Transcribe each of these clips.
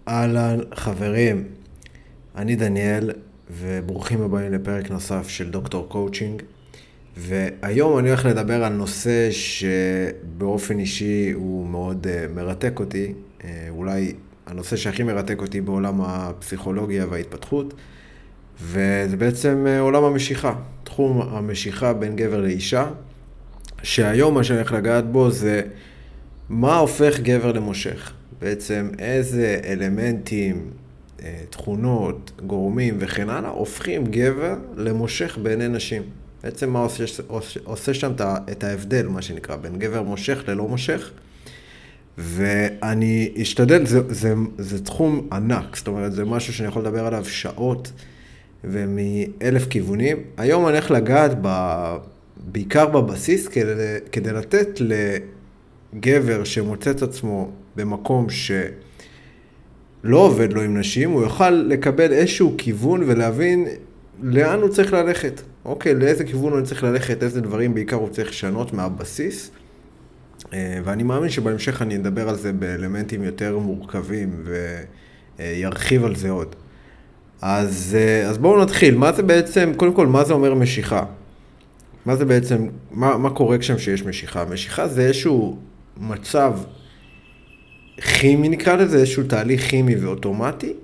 אהלן חברים, אני דניאל וברוכים הבאים לפרק נוסף של דוקטור קואוצ'ינג, והיום אני הולך לדבר על נושא שבאופן אישי הוא מאוד מרתק אותי, אולי הנושא שהכי מרתק אותי בעולם הפסיכולוגיה וההתפתחות, וזה בעצם עולם המשיכה, תחום המשיכה בין גבר לאישה, שהיום מה שאני הולך לגעת בו זה מה הופך גבר למושך? בעצם איזה אלמנטים, תכונות, גורמים וכן הלאה הופכים גבר למושך בעיני נשים. בעצם מה עושה שם את ההבדל, מה שנקרא, בין גבר מושך ללא מושך. ואני אשתדל, זה תחום ענק, זאת אומרת, זה משהו שאני יכול לדבר עליו שעות ומאלף כיוונים. היום אני הולך לגעת בעיקר בבסיס כדי לתת גבר שמוצא את עצמו במקום שלא עובד לו עם נשים, הוא יוכל לקבל איזשהו כיוון ולהבין לאן הוא צריך ללכת. אוקיי, לאיזה כיוון הוא צריך ללכת, איזה דברים בעיקר הוא צריך לשנות מהבסיס. ואני מאמין שבהמשך אני אדבר על זה באלמנטים יותר מורכבים וירחיב על זה עוד. אז בואו נתחיל. מה זה בעצם, קודם כל, מה זה אומר משיכה? מה זה בעצם, מה קורה כשם שיש משיכה? משיכה זה איזשהו מצב כימי, נקרא לזה, איזשהו תהליך כימי ואוטומטי,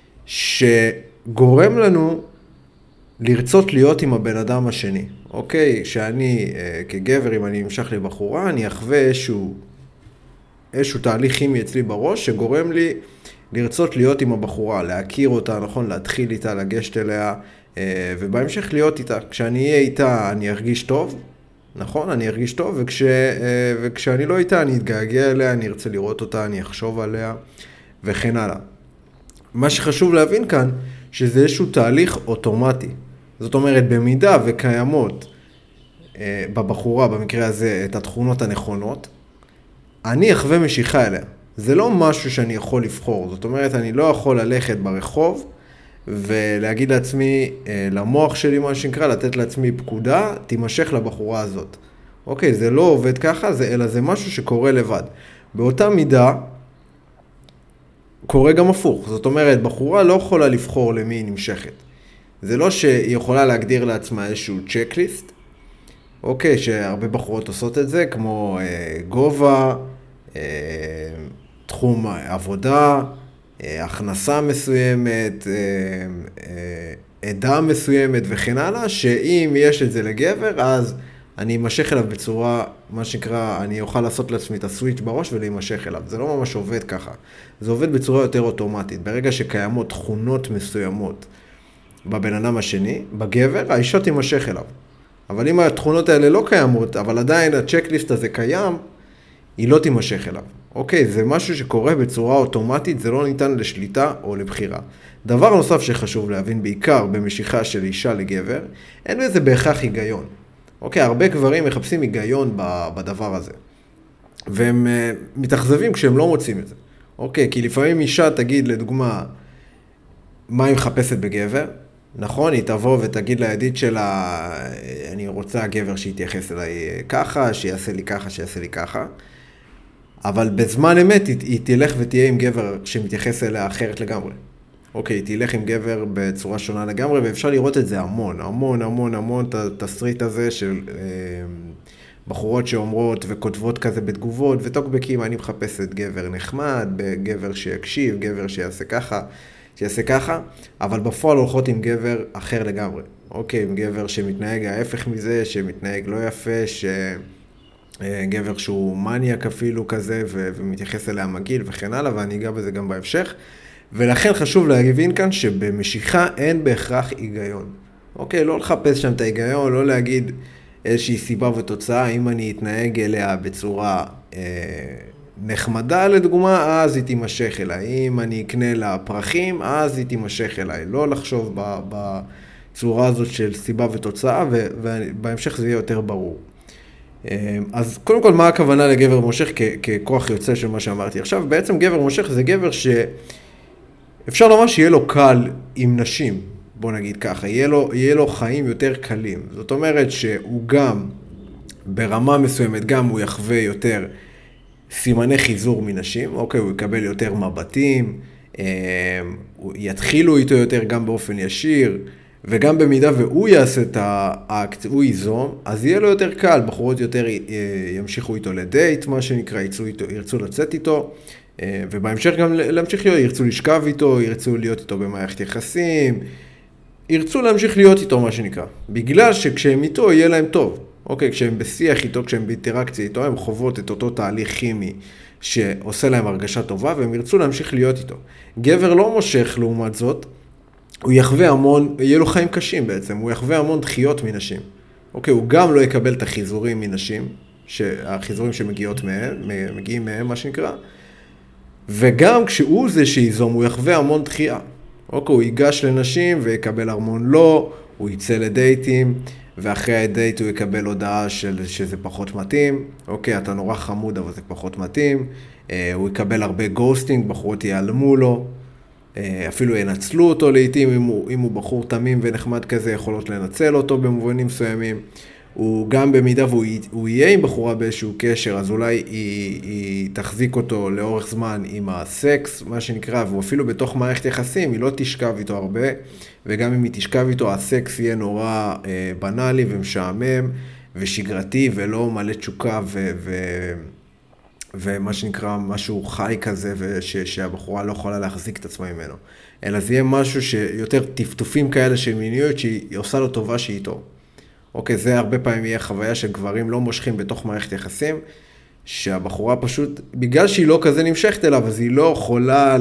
שגורם לנו לרצות להיות עם הבן אדם השני. אוקיי, שאני כגבר, אם אני אמשך לבחורה, אני אחווה איזשהו תהליך כימי אצלי בראש, שגורם לי לרצות להיות עם הבחורה, להכיר אותה, נכון, להתחיל איתה, לגשת אליה, ובהמשך להיות איתה. כשאני אהיה איתה, אני ארגיש טוב, נכון? אני ארגיש טוב, וכשאני לא איתה, אני אתגעגע אליה, אני ארצה לראות אותה, אני אחשוב עליה, וכן הלאה. מה שחשוב להבין כאן, שזה איזשהו תהליך אוטומטי. זאת אומרת, במידה וקיימות בבחורה, במקרה הזה, את התכונות הנכונות, אני אחווה משיכה אליה. זה לא משהו שאני יכול לבחור. זאת אומרת, אני לא יכול ללכת ברחוב, ולהגיד לעצמי, למוח שלי מה שנקרא, לתת לעצמי פקודה, תימשך לבחורה הזאת. אוקיי, זה לא עובד ככה, אלא זה משהו שקורה לבד. באותה מידה, קורה גם הפוך. זאת אומרת, בחורה לא יכולה לבחור למי היא נמשכת. זה לא שהיא יכולה להגדיר לעצמה איזשהו צ'קליסט, אוקיי, שהרבה בחורות עושות את זה, כמו גובה, תחום עבודה, הכנסה מסוימת, עדה מסוימת וכן הלאה, שאם יש את זה לגבר, אז אני אמשך אליו בצורה, מה שנקרא, אני אוכל לעשות לעצמי את הסוויץ' בראש ולהימשך אליו. זה לא ממש עובד ככה. זה עובד בצורה יותר אוטומטית. ברגע שקיימות תכונות מסוימות בבן אדם השני, בגבר, האישה תימשך אליו. אבל אם התכונות האלה לא קיימות, אבל עדיין הצ'קליסט הזה קיים, היא לא תימשך אליו. אוקיי, זה משהו שקורה בצורה אוטומטית, זה לא ניתן לשליטה או לבחירה. דבר נוסף שחשוב להבין, בעיקר במשיכה של אישה לגבר, אין בזה בהכרח היגיון. אוקיי, הרבה גברים מחפשים היגיון בדבר הזה. והם מתאכזבים כשהם לא מוצאים את זה. אוקיי, כי לפעמים אישה תגיד, לדוגמה, מה היא מחפשת בגבר? נכון, היא תבוא ותגיד לידיד שלה, אני רוצה גבר שיתייחס אליי ככה, שיעשה לי ככה, שיעשה לי ככה. אבל בזמן אמת היא תלך ותהיה עם גבר שמתייחס אליה אחרת לגמרי. אוקיי, היא תלך עם גבר בצורה שונה לגמרי, ואפשר לראות את זה המון, המון, המון, המון, את התסריט הזה של בחורות שאומרות וכותבות כזה בתגובות, וטוקבקים, אני מחפשת גבר נחמד, גבר שיקשיב, גבר שיעשה ככה, שיעשה ככה, אבל בפועל הולכות עם גבר אחר לגמרי. אוקיי, עם גבר שמתנהג ההפך מזה, שמתנהג לא יפה, גבר שהוא מניאק אפילו כזה, ומתייחס אליה מגעיל וכן הלאה, ואני אגע בזה גם בהמשך. ולכן חשוב להבין כאן שבמשיכה אין בהכרח היגיון. אוקיי, לא לחפש שם את ההיגיון, לא להגיד איזושהי סיבה ותוצאה, אם אני אתנהג אליה בצורה נחמדה לדוגמה, אז היא תימשך אליי. אם אני אקנה לה פרחים, אז היא תימשך אליי. לא לחשוב בצורה הזאת של סיבה ותוצאה, ובהמשך זה יהיה יותר ברור. אז קודם כל, מה הכוונה לגבר מושך ככוח יוצא של מה שאמרתי עכשיו? בעצם גבר מושך זה גבר שאפשר לומר שיהיה לו קל עם נשים, בוא נגיד ככה, יהיה לו חיים יותר קלים. זאת אומרת שהוא גם ברמה מסוימת, גם הוא יחווה יותר סימני חיזור מנשים, אוקיי, הוא יקבל יותר מבטים, יתחילו איתו יותר גם באופן ישיר, וגם במידה והוא יעשה את האקט, הוא ייזום, אז יהיה לו יותר קל, בחורות יותר ימשיכו איתו לדייט, מה שנקרא, ירצו לצאת איתו, ובהמשך גם להמשיך להיות, ירצו לשכב איתו, ירצו להיות איתו במערכת יחסים, ירצו להמשיך להיות איתו, מה שנקרא. בגלל שכשהם איתו יהיה להם טוב. אוקיי, כשהם בשיח איתו, כשהם באינטראקציה איתו, הם חוות את אותו תהליך כימי שעושה להם הרגשה טובה, והם ירצו להמשיך להיות איתו. גבר לא מושך לעומת זאת, הוא יחווה המון, יהיה לו חיים קשים בעצם, הוא יחווה המון דחיות מנשים. אוקיי, הוא גם לא יקבל את החיזורים מנשים, החיזורים שמגיעים מהם, מה שנקרא, וגם כשהוא זה שיזום, הוא יחווה המון דחייה. אוקיי, הוא ייגש לנשים ויקבל ארמון לא, הוא יצא לדייטים, ואחרי הדייט הוא יקבל הודעה שזה פחות מתאים. אוקיי, אתה נורא חמוד, אבל זה פחות מתאים. הוא יקבל הרבה גוסטינג, בחורות ייעלמו לו. אפילו ינצלו אותו לעתים, אם הוא בחור תמים ונחמד כזה, יכולות לנצל אותו במובנים מסוימים. הוא גם במידה והוא יהיה עם בחורה באיזשהו קשר, אז אולי היא תחזיק אותו לאורך זמן עם הסקס, מה שנקרא, והוא אפילו בתוך מערכת יחסים, היא לא תשכב איתו הרבה, וגם אם היא תשכב איתו, הסקס יהיה נורא בנאלי ומשעמם ושגרתי, ולא מלא תשוקה ומה שנקרא משהו חי כזה, שהבחורה לא יכולה להחזיק את עצמה ממנו. אלא זה יהיה משהו שיותר טפטופים כאלה של מיניות, שהיא עושה לו טובה שהיא איתו. אוקיי, זה הרבה פעמים יהיה חוויה שגברים לא מושכים בתוך מערכת יחסים, שהבחורה פשוט, בגלל שהיא לא כזה נמשכת אליו, אז היא לא יכולה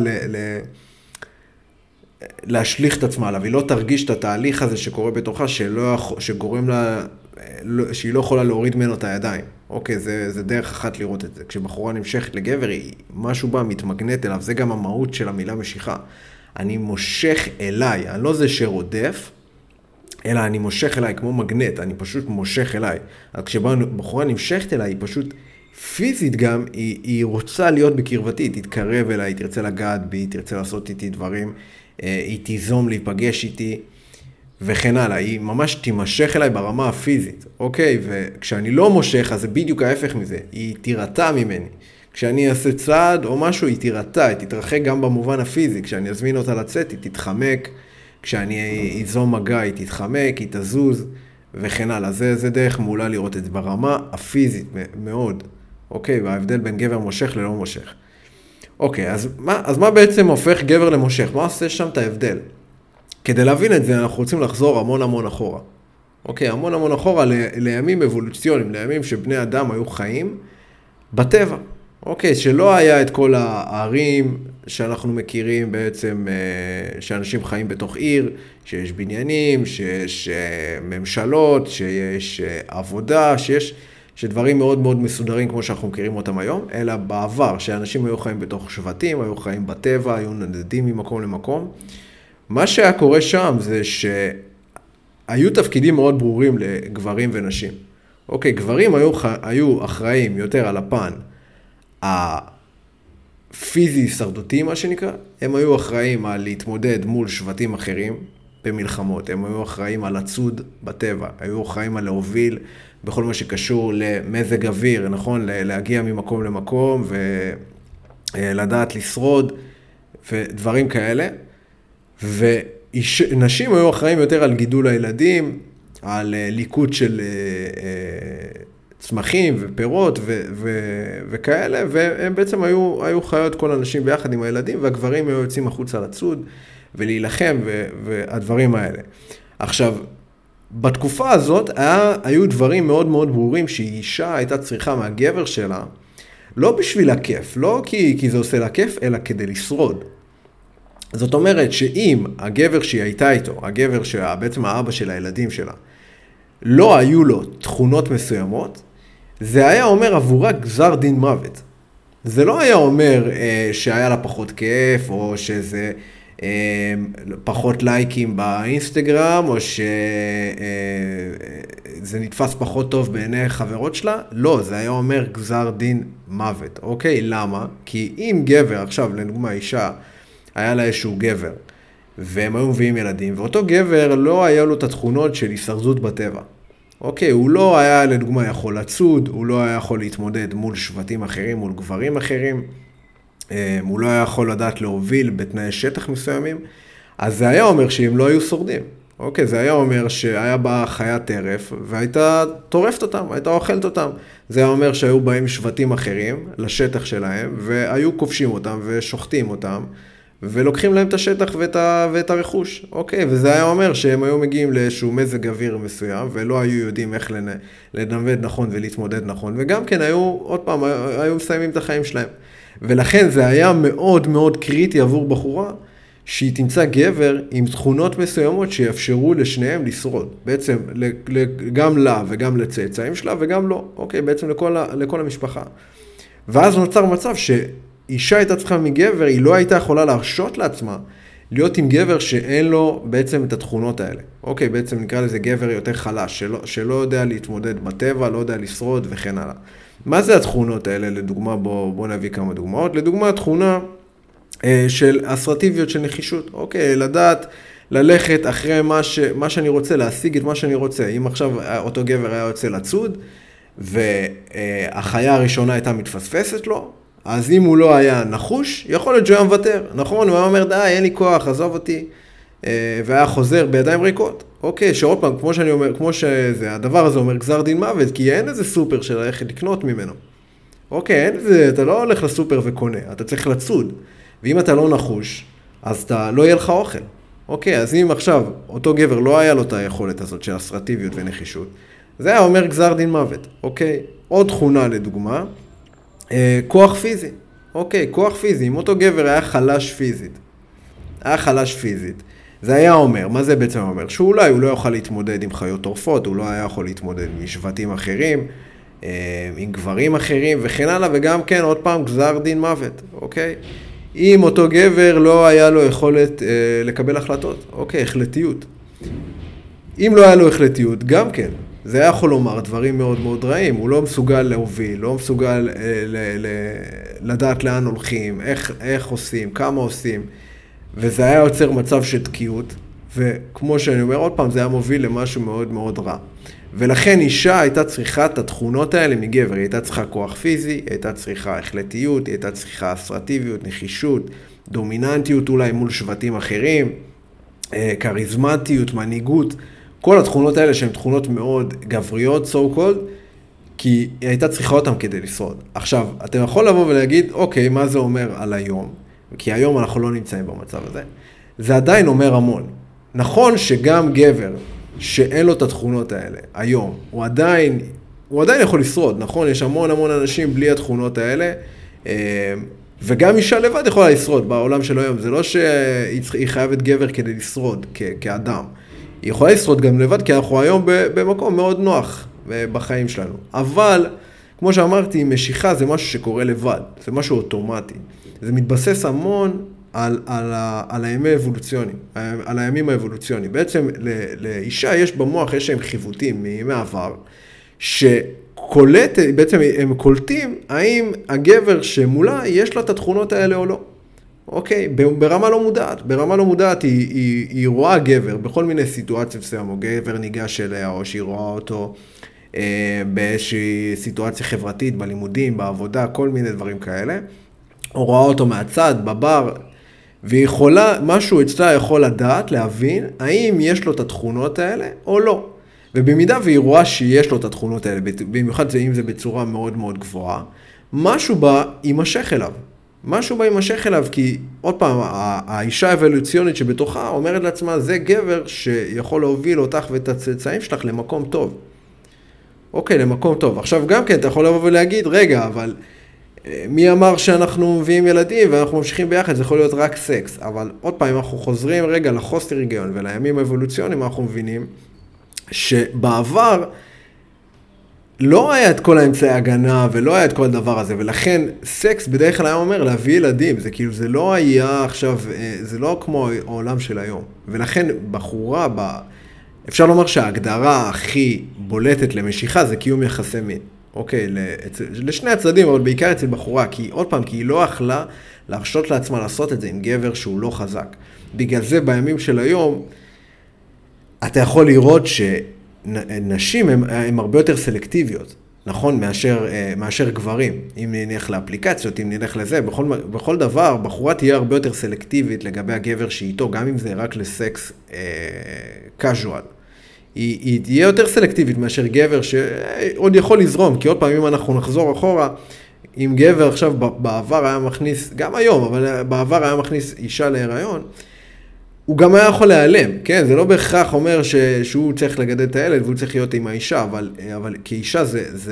להשליך את עצמה עליו, היא לא תרגיש את התהליך הזה שקורה בתוכה, שגורם לה, שהיא לא יכולה להוריד ממנו את הידיים. אוקיי, זה דרך אחת לראות את זה. כשבחורה נמשכת לגבר, משהו בה מתמגנט אליו, זה גם המהות של המילה משיכה. אני מושך אליי, אני לא זה שרודף, אלא אני מושך אליי כמו מגנט, אני פשוט מושך אליי. אז כשבחורה נמשכת אליי, היא פשוט פיזית גם, היא רוצה להיות בקרבתי, היא תתקרב אליי, היא תרצה לגעת בי, היא תרצה לעשות איתי דברים, היא תיזום להיפגש איתי, וכן הלאה. היא ממש תימשך אליי ברמה הפיזית, אוקיי? וכשאני לא מושך, אז זה בדיוק ההפך מזה, היא תירתע ממני. כשאני אעשה צעד או משהו, היא תירתע, היא תתרחק גם במובן הפיזי, כשאני אזמין אותה לצאת, היא תתחמק, כשאני איזום מגע, היא תתחמק, היא תזוז, וכן הלאה. זה דרך מעולה לראות את זה ברמה הפיזית מאוד. אוקיי, וההבדל בין גבר מושך ללא מושך. אוקיי, אז מה בעצם הופך גבר למושך? מה עושה שם את ההבדל? כדי להבין את זה, אנחנו רוצים לחזור המון אחורה. אוקיי, המון אחורה לימים אבולוציוניים, לימים שבני אדם היו חיים בטבע. אוקיי, שלא היה את כל הערים שאנחנו מכירים בעצם, שאנשים חיים בתוך עיר, שיש בניינים, שיש ממשלות, שיש עבודה, שדברים מאוד מסודרים כמו שאנחנו מכירים אותם היום, אלא בעבר, שאנשים היו חיים בתוך שבטים, היו חיים בטבע, היו נדדים ממקום למקום. מה שהיה קורה שם זה שהיו תפקידים מאוד ברורים לגברים ונשים. אוקיי, גברים היו אחראים יותר על הפן הפיזי שרדותי, מה שנקרא. הם היו אחראים על להתמודד מול שבטים אחרים במלחמות. הם היו אחראים על הצוד בטבע. היו אחראים על להוביל בכל מה שקשור למזג אוויר, נכון? להגיע ממקום למקום ולדעת לשרוד ודברים כאלה. ונשים היו אחראים יותר על גידול הילדים, על ליקוט של צמחים ופירות וכאלה, והם בעצם היו חיות כל הנשים ביחד עם הילדים, והגברים היו יוצאים החוצה לצוד ולהילחם והדברים האלה. עכשיו, בתקופה הזאת היו דברים מאוד ברורים שאישה הייתה צריכה מהגבר שלה, לא בשביל הכיף, לא כי זה עושה לה כיף, אלא כדי לשרוד. זאת אומרת שאם הגבר שהיא הייתה איתו, הגבר שבעצם האבא של הילדים שלה, לא היו לו תכונות מסוימות, זה היה אומר עבורה גזר דין מוות. זה לא היה אומר שהיה לה פחות כיף, או שזה פחות לייקים באינסטגרם, או שזה נתפס פחות טוב בעיני חברות שלה. לא, זה היה אומר גזר דין מוות. אוקיי, למה? כי אם גבר, עכשיו לדוגמה אישה, היה לה איזשהו גבר, והם היו מביאים ילדים, ואותו גבר לא היה לו את התכונות של הישרדות בטבע. אוקיי, הוא לא היה לדוגמה יכול לצוד, הוא לא היה יכול להתמודד מול שבטים אחרים, מול גברים אחרים, הוא לא היה יכול לדעת להוביל בתנאי שטח מסוימים, אז זה היה אומר שהם לא היו שורדים. אוקיי, זה היה אומר שהיה בה חיית טרף, והייתה טורפת אותם, הייתה אוכלת אותם. זה היה אומר שהיו באים שבטים אחרים לשטח שלהם, והיו כובשים אותם ושוחטים אותם, ולוקחים להם את השטח ואת הרכוש. אוקיי, וזה היה אומר שהם היו מגיעים לאיזשהו מזג אוויר מסוים, ולא היו יודעים איך לנווט נכון ולהתמודד נכון, וגם כן היו, עוד פעם, היו מסיימים את החיים שלהם. ולכן זה היה מאוד מאוד קריטי עבור בחורה, שהיא תמצא גבר עם תכונות מסוימות שיאפשרו לשניהם לשרוד. בעצם גם לה וגם לצאצאים שלה וגם לא. אוקיי, בעצם לכל המשפחה. ואז נוצר מצב שאישה הייתה צריכה מגבר, היא לא הייתה יכולה להרשות לעצמה להיות עם גבר שאין לו בעצם את התכונות האלה. אוקיי, בעצם נקרא לזה גבר יותר חלש, שלא יודע להתמודד בטבע, לא יודע לשרוד וכן הלאה. מה זה התכונות האלה? לדוגמה, בוא נביא כמה דוגמאות. לדוגמה, תכונה של אסרטיביות, של נחישות. אוקיי, לדעת ללכת אחרי מה שאני רוצה, להשיג את מה שאני רוצה. אם עכשיו אותו גבר היה יוצא לצוד, והחיה הראשונה הייתה מתפספסת לו, אז אם הוא לא היה נחוש, יכול להיות שהוא היה מוותר. נכון, הוא היה אומר, די, אין לי כוח, עזוב אותי. והיה חוזר בידיים ריקות. אוקיי, שעוד פעם, כמו שאני אומר, כמו שזה, הדבר הזה אומר גזר דין מוות, כי אין איזה סופר של איך לקנות ממנו. אוקיי, אין איזה, אתה לא הולך לסופר וקונה, אתה צריך לצוד. ואם אתה לא נחוש, אז לא יהיה לך אוכל. אוקיי, אז אם עכשיו אותו גבר לא היה לו את היכולת הזאת של אסרטיביות ונחישות, זה היה אומר גזר דין מוות. אוקיי, עוד תכונה לדוגמה, כוח פיזי. אוקיי, כוח פיזי, אם אותו גבר היה חלש פיזית, זה היה אומר, מה זה בעצם אומר? שאולי הוא לא יוכל להתמודד עם חיות טורפות, הוא לא היה יכול להתמודד עם שבטים אחרים, עם גברים אחרים וכן הלאה, וגם כן עוד פעם גזר דין מוות, אוקיי? אם אותו גבר לא היה לו יכולת לקבל החלטות, אוקיי, החלטיות. אם לא היה לו החלטיות, גם כן, זה היה יכול לומר דברים מאוד מאוד רעים, הוא לא מסוגל להוביל, לא מסוגל לדעת לאן הולכים, איך עושים, כמה עושים, וזה היה יוצר מצב של תקיעות, וכמו שאני אומר עוד פעם, זה היה מוביל למשהו מאוד מאוד רע. ולכן אישה הייתה צריכה את התכונות האלה מגבר, היא הייתה צריכה כוח פיזי, היא הייתה צריכה החלטיות, היא הייתה צריכה אסרטיביות, נחישות, דומיננטיות אולי מול שבטים אחרים, קריזמטיות, מנהיגות, כל התכונות האלה שהן תכונות מאוד גבריות, so called, כי היא הייתה צריכה אותם כדי לשרוד. עכשיו, אתם יכול לבוא ולהגיד, אוקיי, מה זה אומר על היום? כי היום אנחנו לא נמצאים במצב הזה. זה עדיין אומר המון. נכון שגם גבר שאין לו את התכונות האלה, היום, הוא עדיין יכול לשרוד, נכון? יש המון אנשים בלי התכונות האלה, וגם אישה לבד יכולה לשרוד בעולם של היום. זה לא שהיא חייבת גבר כדי לשרוד כאדם. היא יכולה לשרוד גם לבד, כי אנחנו היום במקום מאוד נוח בחיים שלנו. אבל, כמו שאמרתי, משיכה זה משהו שקורה לבד, זה משהו אוטומטי. זה מתבסס המון על הימים האבולוציוניים. בעצם לאישה יש במוח, יש להם חיווטים מימי העבר, בעצם הם קולטים האם הגבר שמולה יש לו את התכונות האלה או לא. אוקיי, ברמה לא מודעת היא רואה גבר בכל מיני סיטואציות מסוימות, או גבר ניגש אליה, או שהיא רואה אותו באיזושהי סיטואציה חברתית, בלימודים, בעבודה, כל מיני דברים כאלה, או רואה אותו מהצד, בבר, והיא יכולה, משהו אצלה יכול לדעת, להבין, האם יש לו את התכונות האלה או לא. ובמידה והיא רואה שיש לו את התכונות האלה, במיוחד אם זה בצורה מאוד מאוד גבוהה, משהו בה יימשך אליו, כי עוד פעם, האישה האבולוציונית שבתוכה אומרת לעצמה, זה גבר שיכול להוביל אותך ואת הצאצאים שלך למקום טוב. אוקיי, למקום טוב. עכשיו גם כן, אתה יכול לבוא ולהגיד, רגע, אבל מי אמר שאנחנו מביאים ילדים ואנחנו ממשיכים ביחד, זה יכול להיות רק סקס. אבל עוד פעם, אנחנו חוזרים רגע לחוסר היגיון ולימים האבולוציוניים, אנחנו מבינים שבעבר לא היה את כל האמצעי הגנה ולא היה את כל הדבר הזה, ולכן סקס בדרך כלל היה אומר להביא ילדים, זה כאילו, זה לא היה עכשיו, זה לא כמו העולם של היום. ולכן בחורה, אפשר לומר שההגדרה הכי בולטת למשיכה זה קיום יחסי מין. אוקיי, לשני הצדדים, אבל בעיקר אצל בחורה, כי עוד פעם, כי היא לא יכלה להרשות לעצמה לעשות את זה עם גבר שהוא לא חזק. בגלל זה בימים של היום, אתה יכול לראות שנשים הן הרבה יותר סלקטיביות. נכון, מאשר גברים. אם נלך לאפליקציות, אם נלך לזה, בכל דבר, בחורה תהיה הרבה יותר סלקטיבית לגבי הגבר שאיתו, גם אם זה רק לסקס קאז'ואל. היא תהיה יותר סלקטיבית מאשר גבר שעוד יכול לזרום, כי עוד פעם אם אנחנו נחזור אחורה, אם גבר עכשיו בעבר היה מכניס, גם היום, אבל בעבר היה מכניס אישה להיריון, הוא גם היה יכול להיעלם, כן? זה לא בהכרח אומר שהוא צריך לגדל את הילד והוא צריך להיות עם האישה, אבל כאישה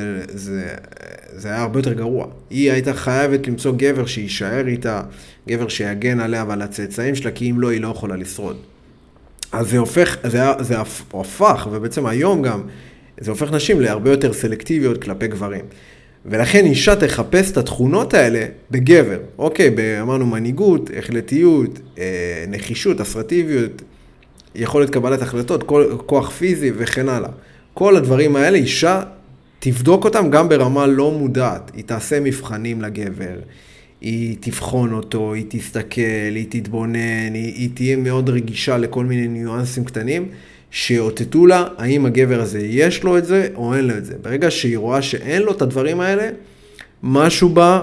זה היה הרבה יותר גרוע. היא הייתה חייבת למצוא גבר שישאר איתה, גבר שיגן עליה ועל הצאצאים שלה, כי אם לא, היא לא יכולה לשרוד. אז זה הפך, ובעצם היום גם, זה הופך נשים להרבה יותר סלקטיביות כלפי גברים. ולכן אישה תחפש את התכונות האלה בגבר. אוקיי, אמרנו מנהיגות, החלטיות, נחישות, אסרטיביות, יכולת קבלת החלטות, כוח פיזי וכן הלאה. כל הדברים האלה, אישה תבדוק אותם גם ברמה לא מודעת. היא תעשה מבחנים לגבר, היא תבחון אותו, היא תסתכל, היא תתבונן, היא תהיה מאוד רגישה לכל מיני ניואנסים קטנים, שאותתו לה האם הגבר הזה יש לו את זה או אין לו את זה. ברגע שהיא רואה שאין לו את הדברים האלה, משהו בה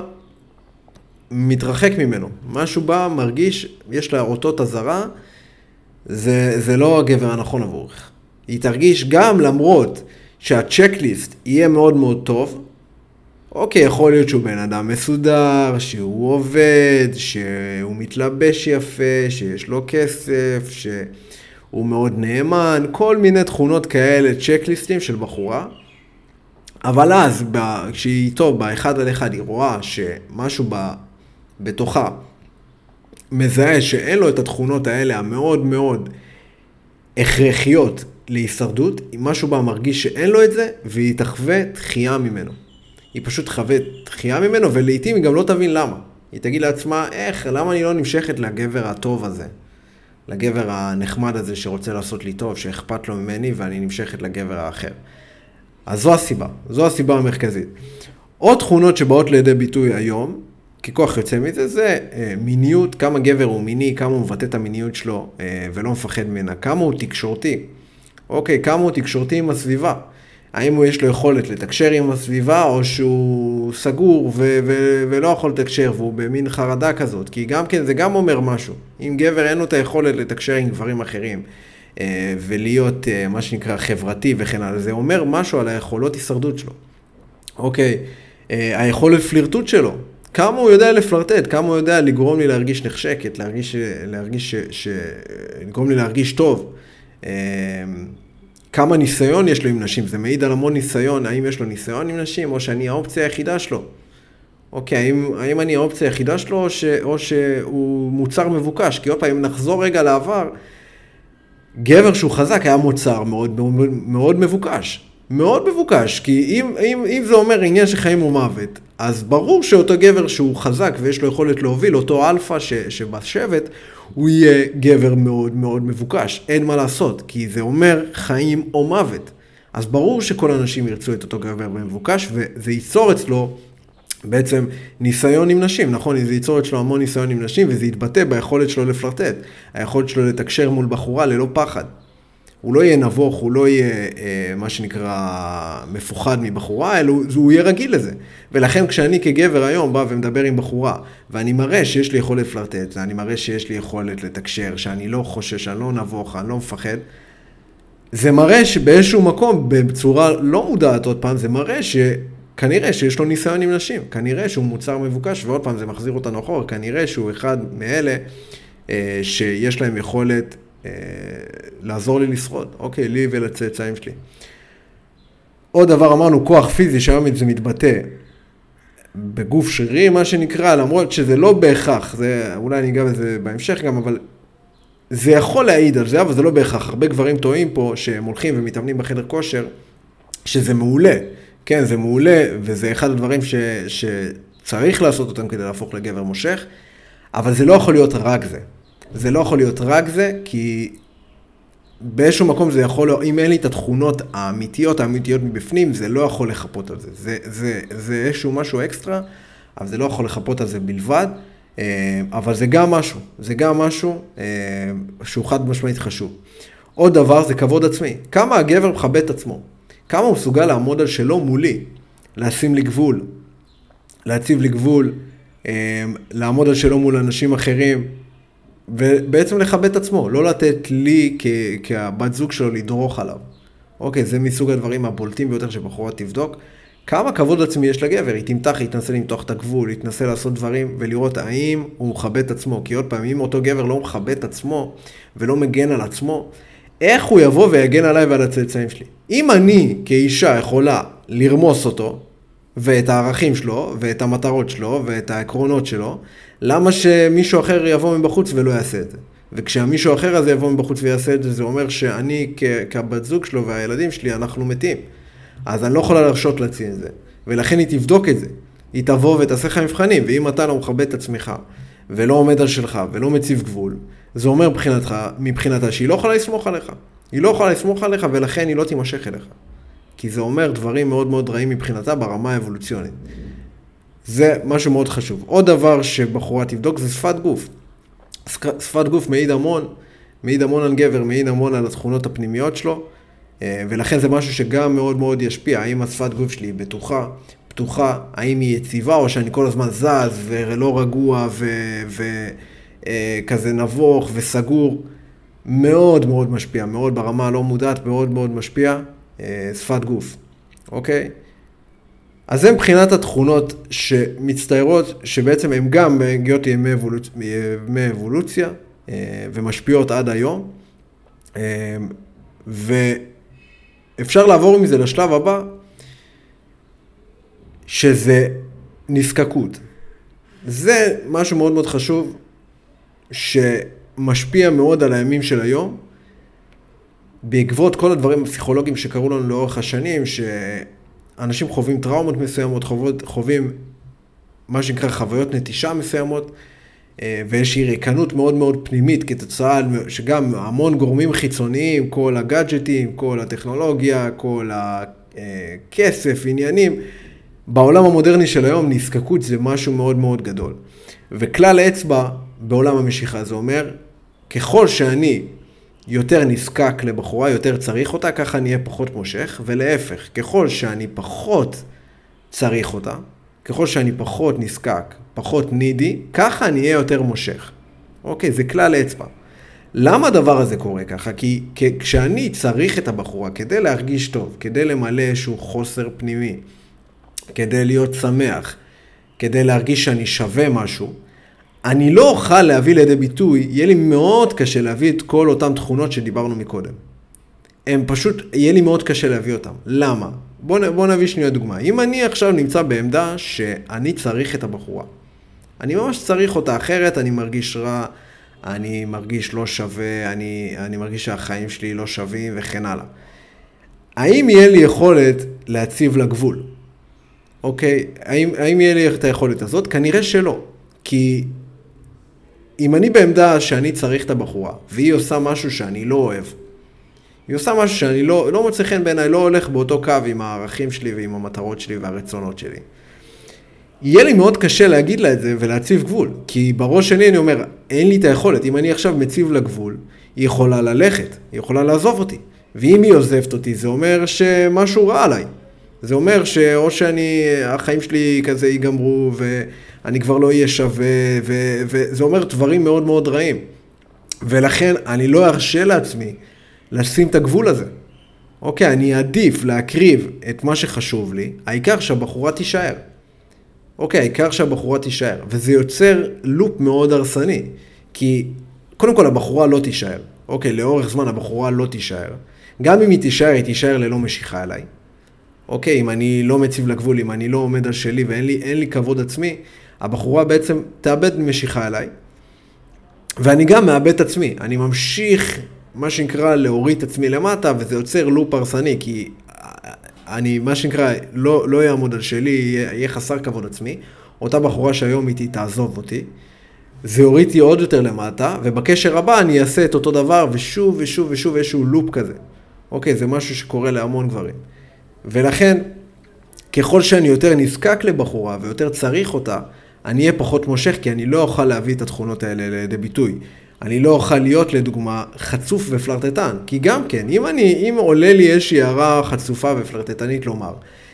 מתרחק ממנו. משהו בה מרגיש, יש לה אותות הזרה, זה לא הגבר הנכון עבורך. היא תרגיש גם למרות שהצ'קליסט יהיה מאוד מאוד טוב, אוקיי, יכול להיות שהוא בן אדם מסודר, שהוא עובד, שהוא מתלבש יפה, שיש לו כסף, שהוא מאוד נאמן, כל מיני תכונות כאלה, צ'קליסטים של בחורה. אבל אז, כשהיא איתו באחד על אחד, היא רואה שמשהו בתוכה מזהה שאין לו את התכונות האלה המאוד מאוד הכרחיות להישרדות, משהו בה מרגיש שאין לו את זה, והיא תחווה דחייה ממנו. היא פשוט תחווה דחייה ממנו, ולעיתים היא גם לא תבין למה. היא תגיד לעצמה, למה אני לא נמשכת לגבר הטוב הזה? לגבר הנחמד הזה שרוצה לעשות לי טוב, שאכפת לו ממני, ואני נמשכת לגבר האחר. אז זו הסיבה המרכזית. עוד תכונות שבאות לידי ביטוי היום, ככוח יוצא מזה, זה מיניות, כמה גבר הוא מיני, כמה הוא מבטא את המיניות שלו ולא מפחד ממנה, כמה הוא תקשורתי. אוקיי, כמה הוא תקשורתי עם הסביבה. האם הוא יש לו יכולת לתקשר עם הסביבה, או שהוא סגור ולא יכול לתקשר, והוא במין חרדה כזאת, כי גם כן, זה גם אומר משהו. אם גבר אין לו את היכולת לתקשר עם גברים אחרים, ולהיות מה שנקרא חברתי וכן הלאה, זה אומר משהו על היכולות הישרדות שלו. אוקיי, היכולת פלירטות שלו, כמה הוא יודע לפלרטט, כמה הוא יודע לגרום לי להרגיש נחשקת, לגרום לי להרגיש טוב, כמה ניסיון יש לו עם נשים, זה מעיד על המון ניסיון, האם יש לו ניסיון עם נשים, או שאני האופציה היחידה שלו. אוקיי, האם אני האופציה היחידה שלו, או שהוא מוצר מבוקש, כי עוד פעם, אם נחזור רגע לעבר, גבר שהוא חזק היה מוצר מאוד, מאוד, מאוד מבוקש. מאוד מבוקש, כי אם זה אומר עניין שחיים ומוות, אז ברור שאותו גבר שהוא חזק ויש לו יכולת להוביל, אותו אלפא שבשבט, הוא יהיה גבר מאוד מאוד מבוקש. אין מה לעשות, כי זה אומר חיים או מוות. אז ברור שכל האנשים ירצו את אותו גבר מבוקש, וזה ייצור אצלו בעצם ניסיון עם נשים, נכון? זה ייצור אצלו המון ניסיון עם נשים, וזה יתבטא ביכולת שלו לפלרטט, היכולת שלו לתקשר מול בחורה ללא פחד. הוא לא יהיה נבוך, הוא לא יהיה מה שנקרא מפוחד מבחורה, אלא הוא יהיה רגיל לזה. ולכן כשאני כגבר היום בא ומדבר עם בחורה, ואני מראה שיש לי יכולת לפלרטט, ואני מראה שיש לי יכולת לתקשר, שאני לא חושש, אני לא נבוך, אני לא מפחד, זה מראה שבאיזשהו מקום, בצורה לא מודעת עוד פעם, זה מראה שכנראה שיש לו ניסיון עם נשים, כנראה שהוא מוצר מבוקש, ועוד פעם זה מחזיר אותנו אחורה, כנראה שהוא אחד מאלה שיש להם יכולת לעזור לי לשרוד, אוקיי, לי ולצאצאים שלי. עוד דבר אמרנו, כוח פיזי, שהיום זה מתבטא בגוף שרירי, מה שנקרא, למרות שזה לא בהכרח, זה, אולי אני אגע בזה בהמשך גם, אבל זה יכול להעיד על זה, אבל זה לא בהכרח. הרבה גברים טועים פה שהם הולכים ומתאמנים בחדר כושר, שזה מעולה, כן, זה מעולה, וזה אחד הדברים שצריך לעשות אותם כדי להפוך לגבר מושך, אבל זה לא יכול להיות רק זה. זה לא יכול להיות רק זה, כי באיזשהו מקום זה יכול, אם אין לי את התכונות האמיתיות מבפנים, זה לא יכול לחפות על זה. זה איזשהו משהו אקסטרה, אבל זה לא יכול לחפות על זה בלבד, אבל זה גם משהו שהוא חד משמעית חשוב. עוד דבר זה כבוד עצמי. כמה הגבר מכבד את עצמו? כמה הוא מסוגל לעמוד על שלו מולי? לשים לי גבול, להציב לי גבול, לעמוד על שלו מול אנשים אחרים, ובעצם לכבד את עצמו, לא לתת לי כבת זוג שלו לדרוך עליו. אוקיי, זה מסוג הדברים הבולטים ביותר שבחורה תבדוק. כמה כבוד עצמי יש לגבר, היא תמתח, היא תנסה למתוח את הגבול, היא תנסה לעשות דברים ולראות האם הוא מכבד את עצמו. כי עוד פעם, אם אותו גבר לא מכבד את עצמו ולא מגן על עצמו, איך הוא יבוא ויגן עליי ועל הצאצאים שלי? אם אני כאישה יכולה לרמוס אותו, ואת הערכים שלו, ואת המטרות שלו, ואת העקרונות שלו, למה שמישהו אחר יבוא מבחוץ ולא יעשה את זה? וכשהמישהו אחר הזה יבוא מבחוץ ויעשה את זה, זה אומר שאני כבת זוג שלו והילדים שלי, אנחנו מתים. אז אני לא יכולה להרשות לעצמי את זה. ולכן היא תבדוק את זה. היא תבוא ותעשה לך מבחנים, ואם אתה לא מכבד את עצמך, ולא עומד על שלך, ולא מציב גבול, זה אומר מבחינתה שהיא לא יכולה לסמוך עליך. היא לא יכולה לסמוך עליך, ולכן היא לא תימשך אליך. כי זה אומר דברים מאוד מאוד רעים מבחינתה ברמה האבולוציונית. זה משהו מאוד חשוב. עוד דבר שבחורה תבדוק זה שפת גוף. שפת גוף מעיד המון על גבר, מעיד המון על התכונות הפנימיות שלו, ולכן זה משהו שגם מאוד מאוד ישפיע. האם השפת גוף שלי היא פתוחה, האם היא יציבה, או שאני כל הזמן זז ולא רגוע וכזה נבוך וסגור. מאוד מאוד משפיע, מאוד ברמה לא מודעת, מאוד מאוד משפיע. שפת גוף, אוקיי? אז זה מבחינת התכונות שמצטיירות, שבעצם הן גם מגיעות מאבולוציה, ומשפיעות עד היום, ואפשר לעבור מזה לשלב הבא, שזה נזקקות. זה משהו מאוד מאוד חשוב, שמשפיע מאוד על הימים של היום, בעקבות כל הדברים הפסיכולוגיים שקרו לנו לאורך השנים, שאנשים חווים טראומות מסוימות, חווים מה שנקרא חוויות נטישה מסוימות, ויש ריקנות מאוד מאוד פנימית כתוצאה שגם המון גורמים חיצוניים, כל הגאדג'טים, כל הטכנולוגיה, כל הכסף, עניינים, בעולם המודרני של היום נזקקות זה משהו מאוד מאוד גדול. וכלל האצבע בעולם המשיכה זה אומר, ככל שאני יותר נזקק לבחורה, יותר צריך אותה, ככה אני אהיה פחות מושך, ולהפך, ככל שאני פחות צריך אותה, ככל שאני פחות נזקק, פחות נידי, ככה אני אהיה יותר מושך. אוקיי, זה כלל אצבע. למה הדבר הזה קורה ככה? כי כשאני צריך את הבחורה כדי להרגיש טוב, כדי למלא איזשהו חוסר פנימי, כדי להיות שמח, כדי להרגיש שאני שווה משהו, אני לא אוכל להביא לידי ביטוי, יהיה לי מאוד קשה להביא את כל אותם תכונות שדיברנו מקודם. הם פשוט, יהיה לי מאוד קשה להביא אותם. למה? בוא נביא שנייה דוגמה. אם אני עכשיו נמצא בעמדה שאני צריך את הבחורה, אני ממש צריך אותה, אחרת אני מרגיש רע, אני מרגיש לא שווה, אני מרגיש שהחיים שלי לא שווים וכן הלאה. האם יהיה לי יכולת להציב לגבול? אוקיי, האם יהיה לי את היכולת הזאת? כנראה שלא. כי אם אני בעמדה שאני צריך את הבחורה, והיא עושה משהו שאני לא אוהב, היא עושה משהו שאני לא מוצא חן בעיניי, לא הולך באותו קו עם הערכים שלי ועם המטרות שלי והרצונות שלי. יהיה לי מאוד קשה להגיד לה את זה ולהציב גבול, כי בראש שלי אני אומר, אין לי את היכולת, אם אני עכשיו מציב לגבול, היא יכולה ללכת, היא יכולה לעזוב אותי, ואם היא עוזבת אותי, זה אומר שמשהו רע עליי. זה אומר שאו החיים שלי כזה ייגמרו, ואני כבר לא אהיה שווה, וזה אומר דברים מאוד מאוד רעים. ולכן אני לא ארשה לעצמי לשים את הגבול הזה. אוקיי, אני אעדיף להקריב את מה שחשוב לי, העיקר שהבחורה תישאר. אוקיי, העיקר שהבחורה תישאר. וזה יוצר לופ מאוד הרסני, כי קודם כל הבחורה לא תישאר. אוקיי, לאורך זמן הבחורה לא תישאר. גם אם היא תישאר ללא משיכה אליי. אוקיי, אם אני לא מציב לגבול, אם אני לא עומד על שלי ואין לי כבוד עצמי, הבחורה בעצם תאבד משיכה אליי, ואני גם מאבד את עצמי. אני ממשיך, מה שנקרא, להוריד את עצמי למטה, וזה יוצר לופ הרסני, כי אני, מה שנקרא, לא יעמוד על שלי, יהיה חסר כבוד עצמי. אותה בחורה שהיום איתי תעזוב אותי, זה יוריד אותי עוד יותר למטה, ובקשר הבא אני אעשה את אותו דבר, ושוב ושוב ושוב איזשהו לופ כזה. אוקיי, זה משהו שקורה להמון גברים. ולכן, ככל שאני יותר נזקק לבחורה ויותר צריך אותה, אני אהיה פחות מושך, כי אני לא אוכל להביא את התכונות האלה לידי ביטוי. אני לא אוכל להיות, לדוגמה, חצוף ופלרטטן. כי גם כן, אם עולה לי איזושהי הערה חצופה ופלרטטנית לומר,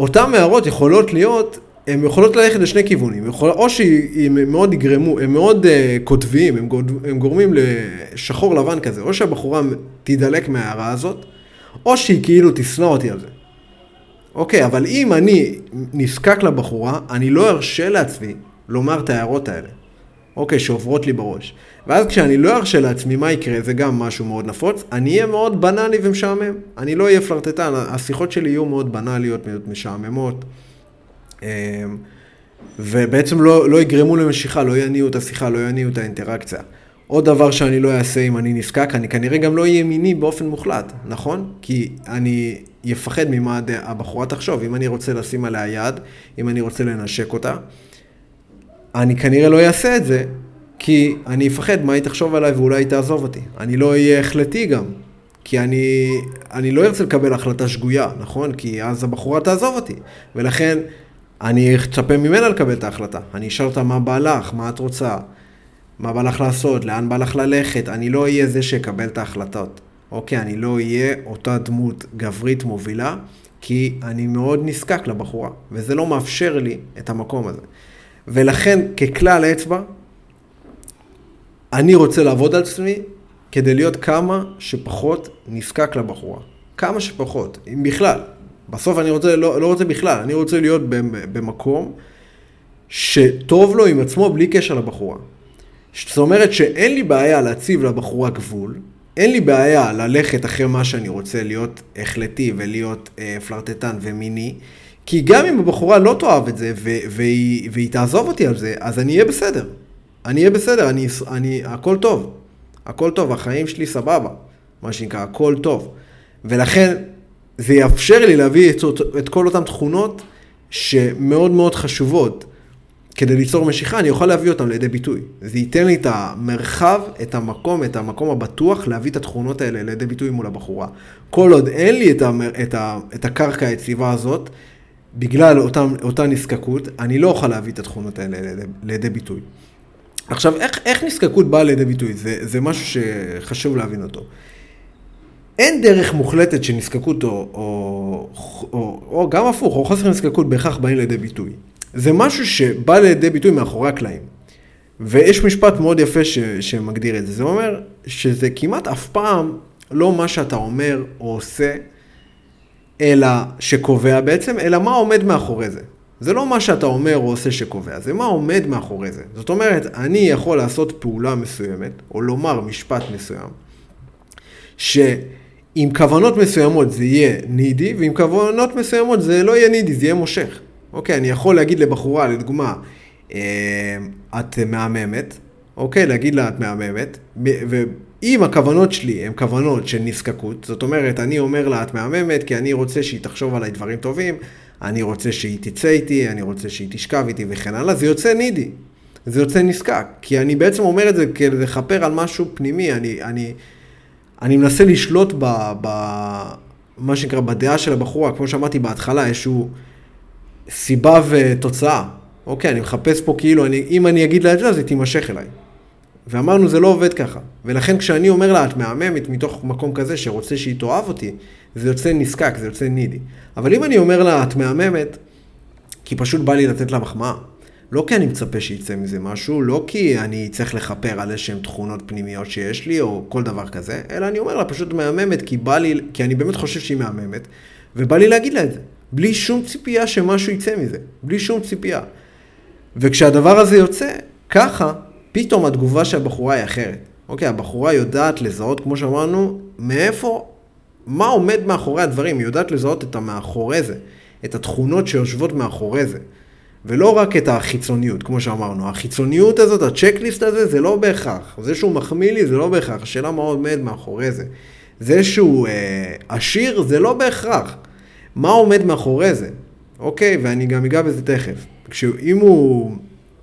אותן הערות יכולות להיות, הן יכולות ללכת לשני כיוונים, או שהם מאוד יגרמו, הם מאוד כותביים, הם גורמים לשחור לבן כזה, או שהבחורה תדלק מההערה הזאת, או שהיא כאילו תשנא אותי על זה. אוקיי, אבל אם אני נזקק לבחורה, אני לא ארשה לעצמי לומר את ההערות האלה. אוקיי, שעוברות לי בראש. ואז כשאני לא ארשה לעצמי מה יקרה, זה גם משהו מאוד נפוץ, אני אהיה מאוד בנאלי ומשעמם. אני לא אהיה פלרטטן, השיחות שלי יהיו מאוד בנאליות, מאוד משעממות. ובעצם לא יגרמו למשיכה, לא יניעו את השיחה, לא יניעו את האינטראקציה. עוד דבר שאני לא אעשה אם אני נזקק, אני כנראה גם לא אהיה מיני באופן מוחלט, נכון? כי אני יפחד ממה הבחורה תחשוב. אם אני רוצה לשים עליה יד, אם אני רוצה לנשק אותה, אני כנראה לא אעשה את זה, כי אני אפחד מה היא תחשוב עליי ואולי היא תעזוב אותי. אני לא אהיה החלטי גם, כי אני לא ארצה לקבל החלטה שגויה, נכון? כי אז הבחורה תעזוב אותי. ולכן אני אצפה ממנה לקבל את ההחלטה. אני אשאל אותה מה בא לך, מה את רוצה, מה בא לך לעשות, לאן בא לך ללכת. אני לא אהיה זה שיקבל את ההחלטות. אוקיי, אני לא אהיה אותה דמות גברית מובילה, כי אני מאוד נזקק לבחורה, וזה לא מאפשר לי את המקום הזה. ולכן, ככלל אצבע, אני רוצה לעבוד על עצמי כדי להיות כמה שפחות נזקק לבחורה. כמה שפחות, אם בכלל. בסוף אני לא רוצה בכלל, אני רוצה להיות במקום שטוב לו עם עצמו בלי קשר לבחורה. זאת אומרת שאין לי בעיה להציב לבחורה גבול, אין לי בעיה ללכת אחרי מה שאני רוצה, להיות החלטי ולהיות פלרטטן ומיני, כי גם אם הבחורה לא תאהב את זה והיא תעזוב אותי על זה, אז אני אהיה בסדר. אני אהיה בסדר, הכל טוב. הכל טוב, החיים שלי סבבה. מה שנקרא, הכל טוב. ולכן זה יאפשר לי להביא את כל אותן תכונות שמאוד מאוד חשובות כדי ליצור משיכה, אני אוכל להביא אותם לידי ביטוי. זה ייתן לי את המרחב, את המקום הבטוח להביא את התכונות האלה לידי ביטוי מול הבחורה. כל עוד אין לי את הקרקע היציבה הזאת, בגלל אותה נזקקות, אני לא אוכל להביא את התכונות האלה לידי ביטוי. עכשיו, איך נזקקות באה לידי ביטוי? זה משהו שחשוב להבין אותו. אין דרך מוחלטת שנזקקות או גם הפוך, או חוסר נזקקות בהכרח באים לידי ביטוי. זה משהו שבא לידי ביטוי מאחורי הקלעים. ויש משפט מאוד יפה שמגדיר את זה. זה אומר שזה כמעט אף פעם לא מה שאתה אומר או עושה, אלא שקובע בעצם, אלא מה עומד מאחורי זה. זה לא מה שאתה אומר או עושה שקובע, זה מה עומד מאחורי זה. זאת אומרת, אני יכול לעשות פעולה מסוימת, או לומר משפט מסוים, שעם כוונות מסוימות זה יהיה נידי, ועם כוונות מסוימות זה לא יהיה נידי, זה יהיה מושך. אוקיי, אני יכול להגיד לבחורה, לדוגמה, את מהממת, אוקיי, להגיד לה את מהממת, ואם הכוונות שלי הן כוונות של נזקקות, זאת אומרת, אני אומר לה את מהממת, כי אני רוצה שהיא תחשוב עליי דברים טובים, אני רוצה שהיא תצא איתי, אני רוצה שהיא תשכב איתי וכן הלאה, זה יוצא נידי, זה יוצא נזקק, כי אני בעצם אומר את זה כדי לחפר על משהו פנימי, אני מנסה לשלוט מה שנקרא בדעה של הבחורה, כמו שאמרתי בהתחלה, איזשהו סיבה ותוצאה. אוקיי, אני מחפש פה כאילו, אם אני אגיד לה את זה, אז היא תימשך אליי. ואמרנו, זה לא עובד ככה. ולכן כשאני אומר לה, את מהממת מתוך מקום כזה שרוצה שהיא תאהב אותי, זה יוצא נזקק, זה יוצא נידי. אבל אם אני אומר לה, את מהממת, כי פשוט בא לי לתת לה מחמאה. לא כי אני מצפה שיצא מזה משהו, לא כי אני צריך לחפר על איזשהם תכונות פנימיות שיש לי, או כל דבר כזה, אלא אני אומר לה, פשוט מהממת, כי אני באמת חושב שהיא מהממת, ובא לי להגיד לה את זה. בלי שום ציפייה שמשהו יצא מזה. בלי שום ציפייה. וכשהדבר הזה יוצא, ככה, פתאום התגובה של הבחורה היא אחרת. אוקיי, הבחורה יודעת לזהות, כמו שאמרנו, מאיפה, מה עומד מאחורי הדברים. היא יודעת לזהות את המאחורי זה, את התכונות שיושבות מאחורי זה. ולא רק את החיצוניות, כמו שאמרנו. החיצוניות הזאת, הצ'קליסט הזה, זה לא בהכרח. זה שהוא מחמיא לי, זה לא בהכרח. השאלה מה עומד מאחורי זה. זה שהוא עשיר, זה לא בהכרח. מה עומד מאחורי זה? אוקיי, ואני גם אגע בזה תכף. אם הוא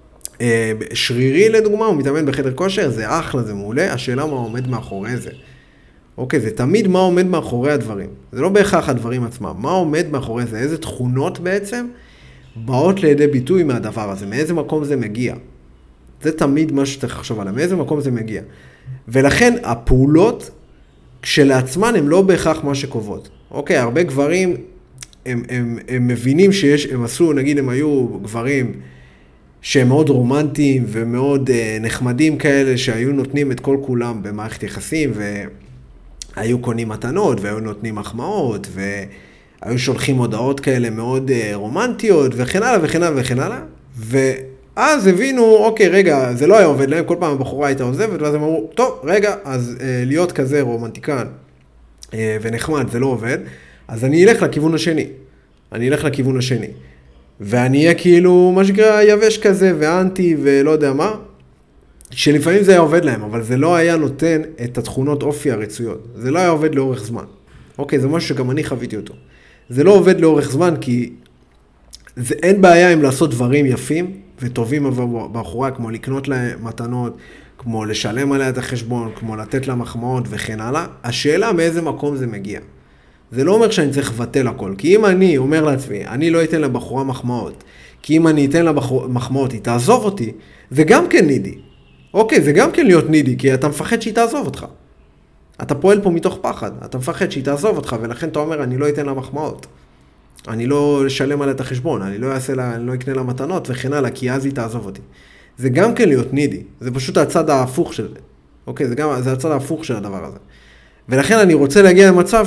שרירי לדוגמה, הוא מתאמן בחדר כושר, זה אחלה, זה מעולה, השאלה מה עומד מאחורי זה. אוקיי, זה תמיד מה עומד מאחורי הדברים. זה לא בהכרח הדברים עצמם. מה עומד מאחורי זה? איזה תכונות בעצם באות לידי ביטוי מהדבר הזה? מאיזה מקום זה מגיע? זה תמיד מה שצריך לחשוב עליו. מאיזה מקום זה מגיע? ולכן הפעולות כשלעצמן הן לא בהכרח מה שקובעות. אוקיי, הרבה גברים הם מבינים הם עשו, נגיד הם היו גברים שהם מאוד רומנטיים ומאוד נחמדים כאלה, שהיו נותנים את כל כולם במערכת יחסים, והיו קונים מתנות, והיו נותנים מחמאות, והיו שולחים הודעות כאלה מאוד רומנטיות, וכן הלאה וכן הלאה וכן הלאה, ואז הבינו, אוקיי, רגע, זה לא היה עובד להם, כל פעם הבחורה הייתה עוזבת, ואז הם אמרו, טוב, רגע, אז להיות כזה רומנטיקן ונחמד, זה לא עובד, אז אני אלך לכיוון השני. ואני אהיה כאילו, מה שקרה, יבש כזה, ואנטי, ולא יודע מה, שלפעמים זה היה עובד להם, אבל זה לא היה נותן את התכונות אופי הרצויות. זה לא היה עובד לאורך זמן. אוקיי, זה משהו שגם אני חוויתי אותו. זה לא עובד לאורך זמן, כי אין בעיה עם לעשות דברים יפים וטובים עבור בחורה, כמו לקנות להם מתנות, כמו לשלם עליה את החשבון, כמו לתת לה מחמאות וכן הלאה. השאלה מאיזה מקום זה מגיע. זה לא אומר שאני צריך לבטל הכל, כי אם אני אומר לעצמי, אני לא אתן לבחורה מחמאות, כי אם אני אתן לה מחמאות, היא תעזוב אותי, זה גם כן נידי. אוקיי, זה גם כן להיות נידי, כי אתה מפחד שהיא תעזוב אותך. אתה פועל פה מתוך פחד, אתה מפחד שהיא תעזוב אותך, ולכן אתה אומר, אני לא אתן לה מחמאות. אני לא אשלם עליה את החשבון, אני לא אקנה לה מתנות וכן הלאה, כי אז היא תעזוב אותי. זה גם כן להיות נידי, זה פשוט הצד ההפוך של זה. אוקיי, זה הצד ההפוך של הדבר הזה. ולכן אני רוצה להגיע למצב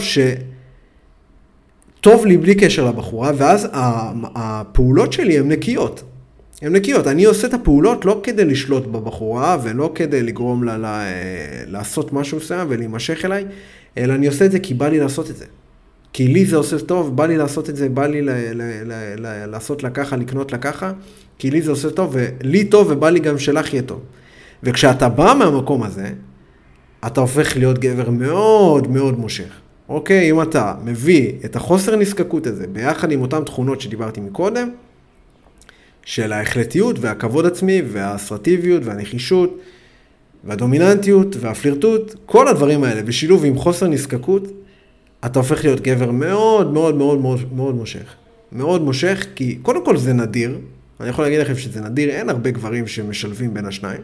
טוב לי בלי קשר לבחורה, ואז הפעולות שלי הן נקיות. הן נקיות. אני עושה את הפעולות לא כדי לשלוט בבחורה, ולא כדי לגרום לה לעשות משהו מסוים ולהימשך אליי, אלא אני עושה את זה כי בא לי לעשות את זה. כי לי זה עושה טוב, בא לי לעשות את זה, בא לי לעשות לה ככה, לקנות לה ככה, כי לי זה עושה טוב, ולי טוב ובא לי גם שלך יהיה טוב. וכשאתה בא מהמקום הזה, אתה הופך להיות גבר מאוד מאוד מושך. אוקיי, אם אתה מביא את החוסר נזקקות הזה, ביחד עם אותן תכונות שדיברתי מקודם, של ההחלטיות והכבוד עצמי והאסרטיביות והנחישות והדומיננטיות והפלירטות, כל הדברים האלה בשילוב עם חוסר נזקקות, אתה הופך להיות גבר מאוד מאוד מאוד מאוד מאוד מושך. מאוד מושך, כי קודם כל זה נדיר, אני יכול להגיד לכם שזה נדיר, אין הרבה גברים שמשלבים בין השניים,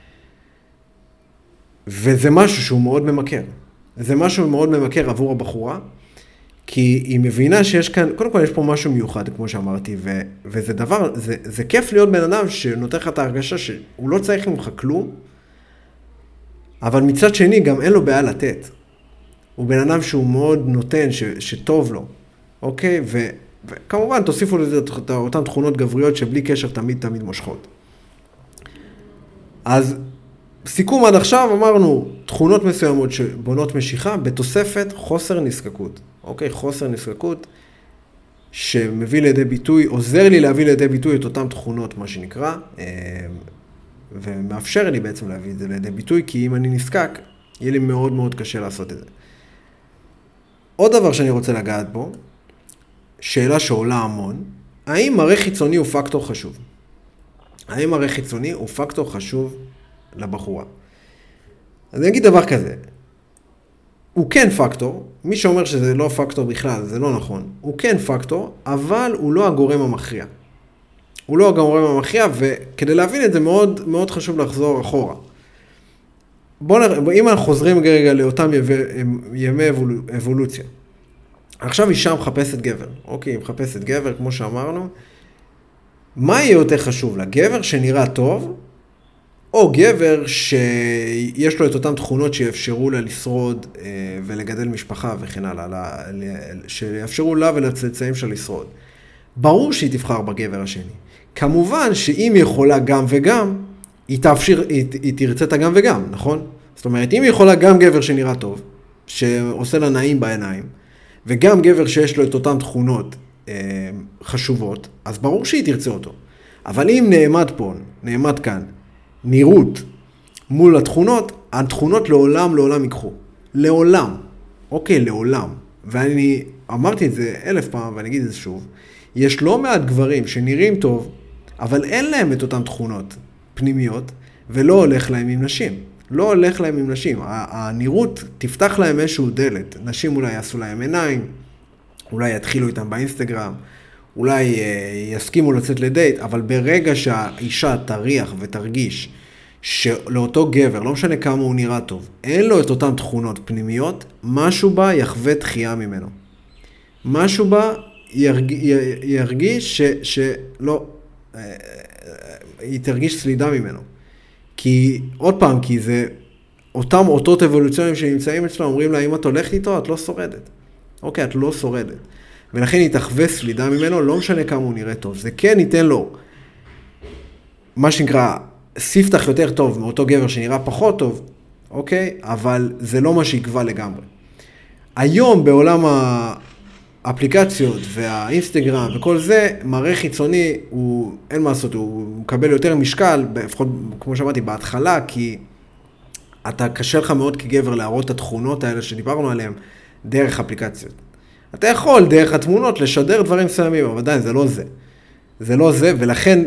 וזה משהו שהוא מאוד ממכר. זה משהו מאוד ממכר עבור הבחורה, כי היא מבינה שיש כאן, קודם כל יש פה משהו מיוחד, כמו שאמרתי, וזה דבר, זה כיף להיות בן אדם שנותן לך את ההרגשה שהוא לא צריך ממך כלום, אבל מצד שני גם אין לו בעיה לתת. הוא בן אדם שהוא מאוד נותן, שטוב לו, אוקיי? וכמובן תוסיפו לזה אותן תכונות גבריות שבלי קשר תמיד מושכות. אז סיכום עד עכשיו אמרנו תכונות מסוימות שבונות משיכה בתוספת חוסר נזקקות. אוקיי, חוסר נזקקות שמביא לידי ביטוי, עוזר לי להביא לידי ביטוי את אותן תכונות, מה שנקרא, ומאפשר לי בעצם להביא את זה לידי ביטוי, כי אם אני נזקק, יהיה לי מאוד מאוד קשה לעשות את זה. עוד דבר שאני רוצה לגעת בו, שאלה שעולה המון, האם מראה חיצוני הוא פקטור חשוב? האם מראה חיצוני הוא פקטור חשוב לבחורה? אז אני אגיד דבר כזה, הוא כן פקטור, מי שאומר שזה לא פקטור בכלל, זה לא נכון, הוא כן פקטור, אבל הוא לא הגורם המכריע. הוא לא הגורם המכריע, וכדי להבין את זה מאוד, מאוד חשוב לחזור אחורה. אם אנחנו חוזרים רגע לאותם ימי אבולוציה, עכשיו אישה מחפשת גבר, אוקיי, היא מחפשת גבר, כמו שאמרנו, מה יהיה יותר חשוב לה? גבר שנראה טוב, או גבר שיש לו את אותן תכונות שיאפשרו לה לשרוד ולגדל משפחה וכן הלאה, שיאפשרו לה ולצאצאים שלה לשרוד. ברור שהיא תבחר בגבר השני. כמובן שאם היא יכולה גם וגם, היא תרצה את הגם וגם, נכון? זאת אומרת, אם היא יכולה גם גבר שנראה טוב, שעושה לה נעים בעיניים, וגם גבר שיש לו את אותן תכונות חשובות, אז ברור שהיא תרצה אותו. אבל אם נעמד כאן, נראות מול התכונות לעולם ייקחו. לעולם. אוקיי, לעולם. ואני אמרתי את זה 1000 פעם, ואני אגיד את זה שוב. יש לא מעט גברים שנראים טוב, אבל אין להם את אותן תכונות פנימיות, ולא הולך להם עם נשים. לא הולך להם עם נשים. הנראות תפתח להם איזשהו דלת. נשים אולי יעשו להם עיניים, אולי יתחילו איתם באינסטגרם, אולי יסכימו לצאת לדייט, אבל ברגע שהאישה תריח ותרגיש שלאותו גבר, לא משנה כמה הוא נראה טוב, אין לו את אותן תכונות פנימיות, משהו בה יחווה דחייה ממנו. משהו בה ירגיש שלא, היא תרגיש סלידה ממנו. כי, עוד פעם, כי זה אותם אותות אבולוציוניים שנמצאים אצלו, אומרים לה, אם את הולכת איתו, את לא שורדת. אוקיי, את לא שורדת. ולכן היא תחווה סלידה ממנו, לא משנה כמה הוא נראה טוב. זה כן ייתן לו, מה שנקרא, ספתח יותר טוב מאותו גבר שנראה פחות טוב, אוקיי? אבל זה לא מה שיקבע לגמרי. היום בעולם האפליקציות והאינסטגרם וכל זה, מראה חיצוני, אין מה לעשות, הוא מקבל יותר משקל, לפחות כמו שאמרתי בהתחלה, כי אתה קשה לך מאוד כגבר להראות את התכונות האלה שדיברנו עליהן דרך אפליקציות. אתה יכול דרך התמונות לשדר דברים מסוימים, אבל עדיין זה לא זה. זה לא זה, ולכן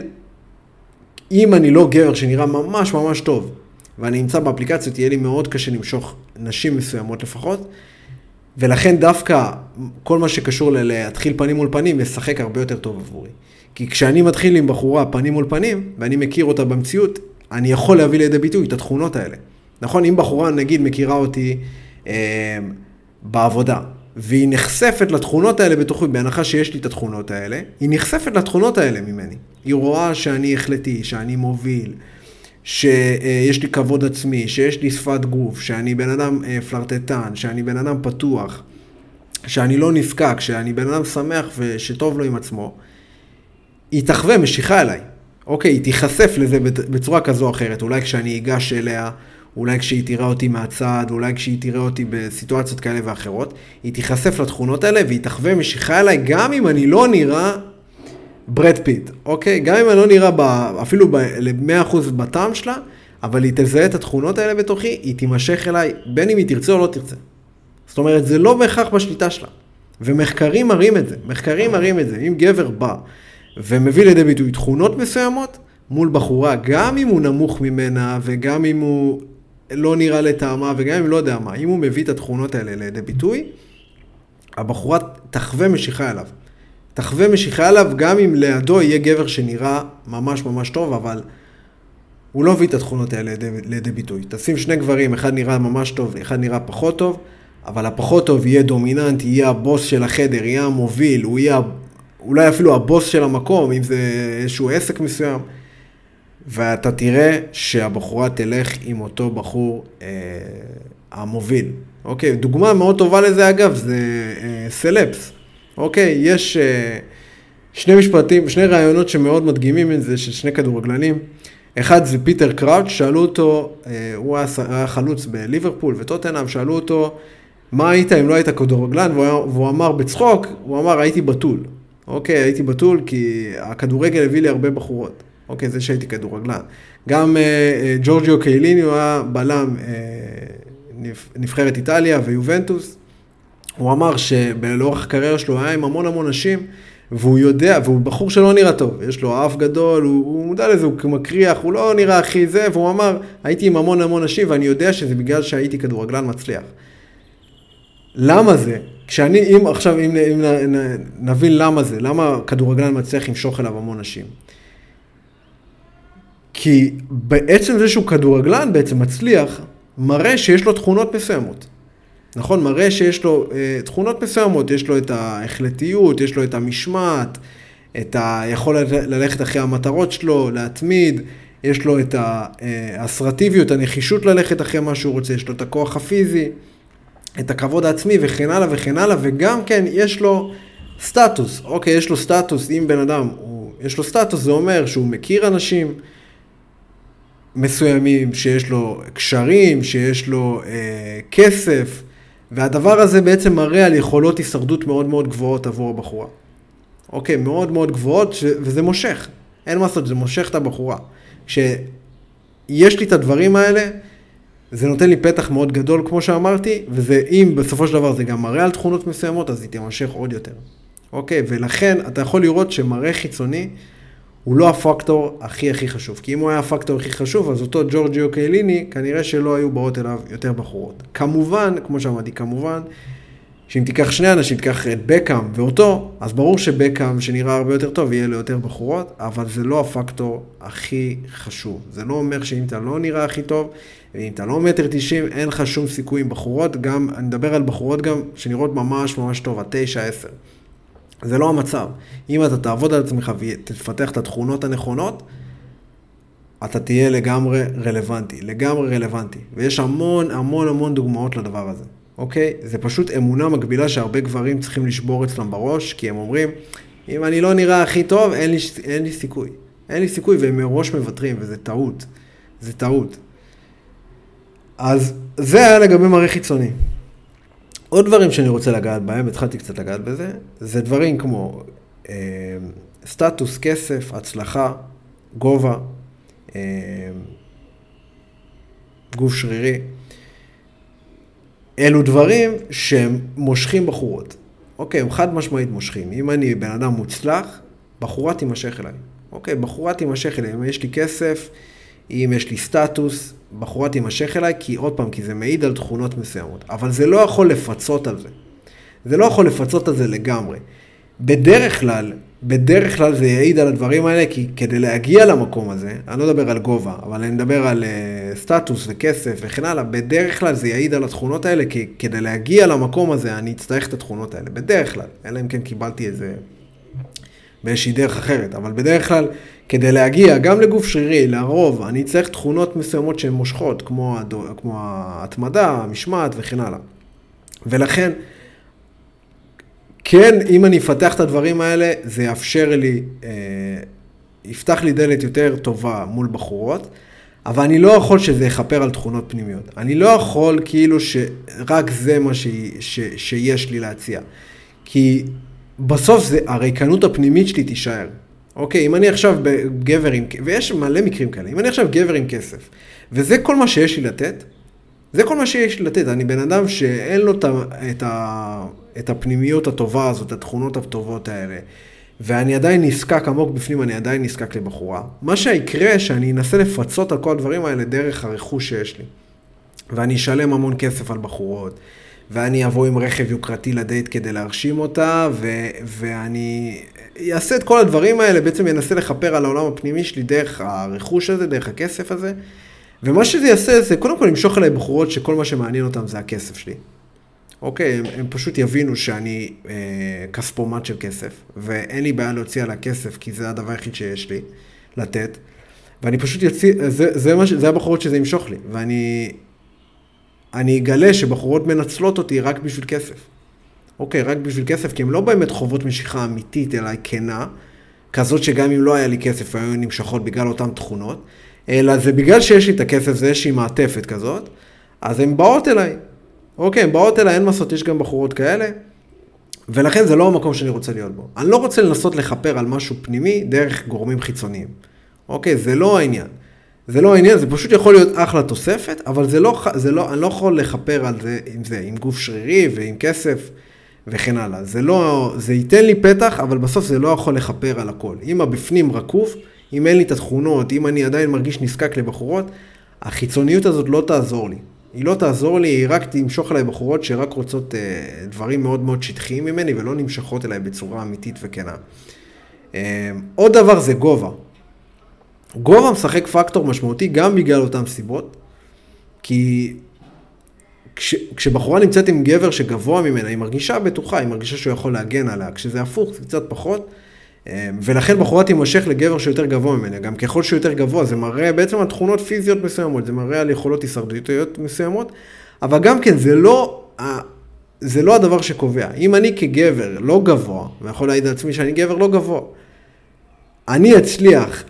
אם אני לא גבר שנראה ממש ממש טוב, ואני אמצא באפליקציות, יהיה לי מאוד קשה למשוך נשים מסוימות לפחות, ולכן דווקא כל מה שקשור להתחיל פנים מול פנים, ישחק הרבה יותר טוב עבורי. כי כשאני מתחיל עם בחורה פנים מול פנים, ואני מכיר אותה במציאות, אני יכול להביא לידי ביטוי את התכונות האלה. נכון, אם בחורה נגיד מכירה אותי בעבודה, והיא נחשפת לתכונות האלה בתוכי, בהנחה שיש לי את התכונות האלה, היא נחשפת לתכונות האלה ממני. היא רואה שאני החלטי, שאני מוביל, שיש לי כבוד עצמי, שיש לי שפת גוף, שאני בן אדם פלרטטן, שאני בן אדם פתוח, שאני לא נפקק, שאני בן אדם שמח ושטוב לו עם עצמו, היא תחווה משיכה אליי. אוקיי, היא תיחשף לזה בצורה כזו או אחרת. אולי כשאני אגש אליה, אולי כשהיא תראה אותי מהצד, אולי כשהיא תראה אותי בסיטואציות כאלה ואחרות, היא תיחשף לתכונות האלה והיא תחווה משיכה אליי, גם אם אני לא נראה ברד פיט, אוקיי? גם אם אני לא נראה אפילו ל-100% בטעם שלה, אבל היא תזהה את התכונות האלה בתוכי, היא תימשך אליי, בין אם היא תרצה או לא תרצה. זאת אומרת, זה לא בהכרח בשליטה שלה. ומחקרים מראים את זה, אם גבר בא ומביא לידי ביטוי תכונות מסוימות, מול בחורה, גם אם הוא נמוך ממנה, וגם אם הוא לא נראה לטעמה, וגם אם לא יודע מה, אם הוא מביא את התכונות האלה לידי ביטוי, הבחורה תחווה משיכה אליו. תחווה משיכה אליו, גם אם לידו יהיה גבר שנראה ממש ממש טוב, אבל הוא לא מביא את התכונות האלה לידי ביטוי. תשים שני גברים, אחד נראה ממש טוב, אחד נראה פחות טוב, אבל הפחות טוב יהיה דומיננטי, יהיה הבוס של החדר, יהיה המוביל, הוא יהיה אולי אפילו הבוס של המקום, אם זה איזשהו עסק מסוים, ואתה תראה שהבחורה תלך עם אותו בחור המוביל. אוקיי, דוגמה מאוד טובה לזה אגב, זה סלפס. אוקיי, יש שני רעיונות שמאוד מדגימים את זה, של שני כדורגלנים. אחד זה פיטר קראוץ', שאלו אותו, הוא היה חלוץ בליברפול וטוטנהאם, שאלו אותו, מה היית אם לא היית כדורגלן? והוא אמר בצחוק, הוא אמר, הייתי בתול. אוקיי, הייתי בתול כי הכדורגל הביא לי הרבה בחורות. אוקיי, זה שהייתי כדורגלן. גם ג'ורג'יו קיליני, הוא היה בלם נבחרת איטליה ויובנטוס. הוא אמר שבלאורך הקריירה שלו היה עם המון נשים, והוא יודע, והוא בחור שלא נראה טוב, יש לו אף גדול, הוא מודע לזה, הוא מקריח, הוא לא נראה הכי זה, והוא אמר, הייתי עם המון נשים, ואני יודע שזה בגלל שהייתי כדורגלן מצליח. למה זה? עכשיו, אם נבין למה זה, למה כדורגלן מצליח למשוך אליו המון נשים? כי בעצם זה שהוא כדורגלן בעצם מצליח, מראה שיש לו תכונות מסוימות. נכון? מראה שיש לו תכונות מסוימות, יש לו את ההחלטיות, יש לו את המשמעת, יכול ללכת אחרי המטרות שלו, להתמיד, יש לו את האסרטיביות, הנחישות ללכת אחרי מה שהוא רוצה, יש לו את הכוח הפיזי, את הכבוד העצמי וכן הלאה וכן הלאה, וגם כן יש לו סטטוס. אוקיי, יש לו סטטוס, אם בן אדם, יש לו סטטוס, זה אומר שהוא מכיר אנשים מסוימים, שיש לו קשרים, שיש לו כסף, והדבר הזה בעצם מראה על יכולות הישרדות מאוד מאוד גבוהות עבור הבחורה. אוקיי, מאוד מאוד גבוהות, וזה מושך. אין מה לעשות, זה מושך את הבחורה. כשיש לי את הדברים האלה, זה נותן לי פתח מאוד גדול, כמו שאמרתי, וזה, אם בסופו של דבר זה גם מראה על תכונות מסוימות, אז היא תמשך עוד יותר. אוקיי, ולכן אתה יכול לראות שמראה חיצוני, הוא לא הפקטור הכי חשוב. כי אם הוא היה הפקטור הכי חשוב, אז אותו ג'ורג'יו קיליני, כנראה שלא היו באות אליו יותר בחורות. כמובן, כמו שאמרתי, כמובן, שאם תיקח שני אנשים, תיקח את בקאם ואותו, אז ברור שבקאם שנראה הרבה יותר טוב, יהיה לו יותר בחורות, אבל זה לא הפקטור הכי חשוב. זה לא אומר שאם אתה לא נראה הכי טוב, ואם אתה לא 1.90 אין לך שום סיכוי עם בחורות, גם, אני מדבר על בחורות גם שנראות ממש ממש טוב, 9-10. זה לא המצב. אם אתה תעבוד על עצמך ותפתח את התכונות הנכונות, אתה תהיה לגמרי רלוונטי, לגמרי רלוונטי. ויש המון המון המון דוגמאות לדבר הזה, אוקיי? זה פשוט אמונה מקבילה שהרבה גברים צריכים לשבור אצלם בראש, כי הם אומרים, אם אני לא נראה הכי טוב, אין לי סיכוי. אין לי סיכוי, והם מראש מוותרים, וזה טעות. זה טעות. אז זה היה לגבי מראה חיצוני. עוד דברים שאני רוצה לגעת בהם, התחלתי קצת לגעת בזה, זה דברים כמו סטטוס, כסף, הצלחה, גובה, גוף שרירי. אלו דברים שהם מושכים בחורות. אוקיי, הם חד משמעית מושכים. אם אני בן אדם מוצלח, בחורה תימשך אליי. אוקיי, בחורה תימשך אליי. אם יש לי כסף, אם יש לי סטטוס, בחורה תימשך אליי, כי עוד פעם, כי זה מעיד על תכונות מסוימות. אבל זה לא יכול לפצות על זה. זה לא יכול לפצות על זה לגמרי. בדרך כלל זה יעיד על הדברים האלה, כי כדי להגיע למקום הזה, אני לא מדבר על גובה, אבל אני מדבר על סטטוס וכסף וכן הלאה, בדרך כלל זה יעיד על התכונות האלה, כי כדי להגיע למקום הזה, אני אצטרך את התכונות האלה. בדרך כלל, אלא אם כן קיבלתי איזה באיזושהי דרך אחרת, אבל בדרך כלל, כדי להגיע גם לגוף שרירי, לרוב, אני צריך תכונות מסוימות שהן מושכות, כמו ההתמדה, המשמעת וכן הלאה. ולכן, כן, אם אני אפתח את הדברים האלה, זה יאפשר לי, יפתח לי דלת יותר טובה מול בחורות, אבל אני לא יכול שזה יחפר על תכונות פנימיות. אני לא יכול כאילו שרק זה מה שיש לי להציע. כי בסוף זה, הריקנות הפנימית שלי תישאר. אוקיי, אם אני עכשיו גבר עם, ויש מלא מקרים כאלה, אם אני עכשיו גבר עם כסף, וזה כל מה שיש לי לתת, זה כל מה שיש לי לתת. אני בן אדם שאין לו את הפנימיות הטובה הזאת, את התכונות הטובות האלה, ואני עדיין נזקק עמוק בפנים, אני עדיין נזקק לבחורה. מה שיקרה, שאני אנסה לפצות על כל הדברים האלה דרך הרכוש שיש לי. ואני אשלם המון כסף על בחורות, ואני אבוא עם רכב יוקרתי לדייט כדי להרשים אותה, ואני אעשה את כל הדברים האלה, בעצם אנסה לחפר על העולם הפנימי שלי דרך הרכוש הזה, דרך הכסף הזה, ומה שזה יעשה זה קודם כל למשוך אליי בחורות שכל מה שמעניין אותם זה הכסף שלי. אוקיי, הם פשוט יבינו שאני כספומט של כסף, ואין לי בעיה להוציא על הכסף, כי זה הדבר היחיד שיש לי לתת, ואני פשוט יוציא, זה הבחורות שזה ימשוך לי, ואני אגלה שבחורות מנצלות אותי רק בשביל כסף. אוקיי, רק בשביל כסף, כי הם לא באמת חובות משיכה אמיתית, אלא כנה, כזאת שגם אם לא היה לי כסף, היו נמשכות בגלל אותן תכונות, אלא זה בגלל שיש לי את הכסף, זה איזושהי מעטפת כזאת, אז הן באות אליי. אוקיי, הן באות אליי, אין מסות, יש גם בחורות כאלה, ולכן זה לא המקום שאני רוצה להיות בו. אני לא רוצה לנסות לחפר על משהו פנימי דרך גורמים חיצוניים. אוקיי, זה לא העניין. זה לא העניין, זה פשוט יכול להיות אחלה תוספת, אבל אני לא יכול לחפר על זה, עם גוף שרירי ועם כסף וכן הלאה. זה ייתן לי פתח, אבל בסוף זה לא יכול לחפר על הכל. אם הבפנים רקוב, אם אין לי את התכונות, אם אני עדיין מרגיש נזקק לבחורות, החיצוניות הזאת לא תעזור לי. היא לא תעזור לי, היא רק תמשוך אליי בחורות שרק רוצות דברים מאוד מאוד שטחיים ממני, ולא נמשכות אליי בצורה אמיתית וכנה. עוד דבר זה גובה. גובה משחק פקטור משמעותי גם בגלל אותם סיבות, כי כשבחורה נמצאת עם גבר שגבוה ממנה, היא מרגישה בטוחה, היא מרגישה שהוא יכול להגן עליה, כשזה הפוך, זה קצת פחות, ולכן בחורה תימשך לגבר שיותר גבוה ממנה, גם ככל שהוא יותר גבוה, זה מראה בעצם על תכונות פיזיות מסוימות, זה מראה על יכולות הישרדותיות מסוימות, אבל גם כן זה לא הדבר שקובע. אם אני כגבר לא גבוה, ויכול להעיד על עצמי שאני גבר לא גבוה, אני אצליח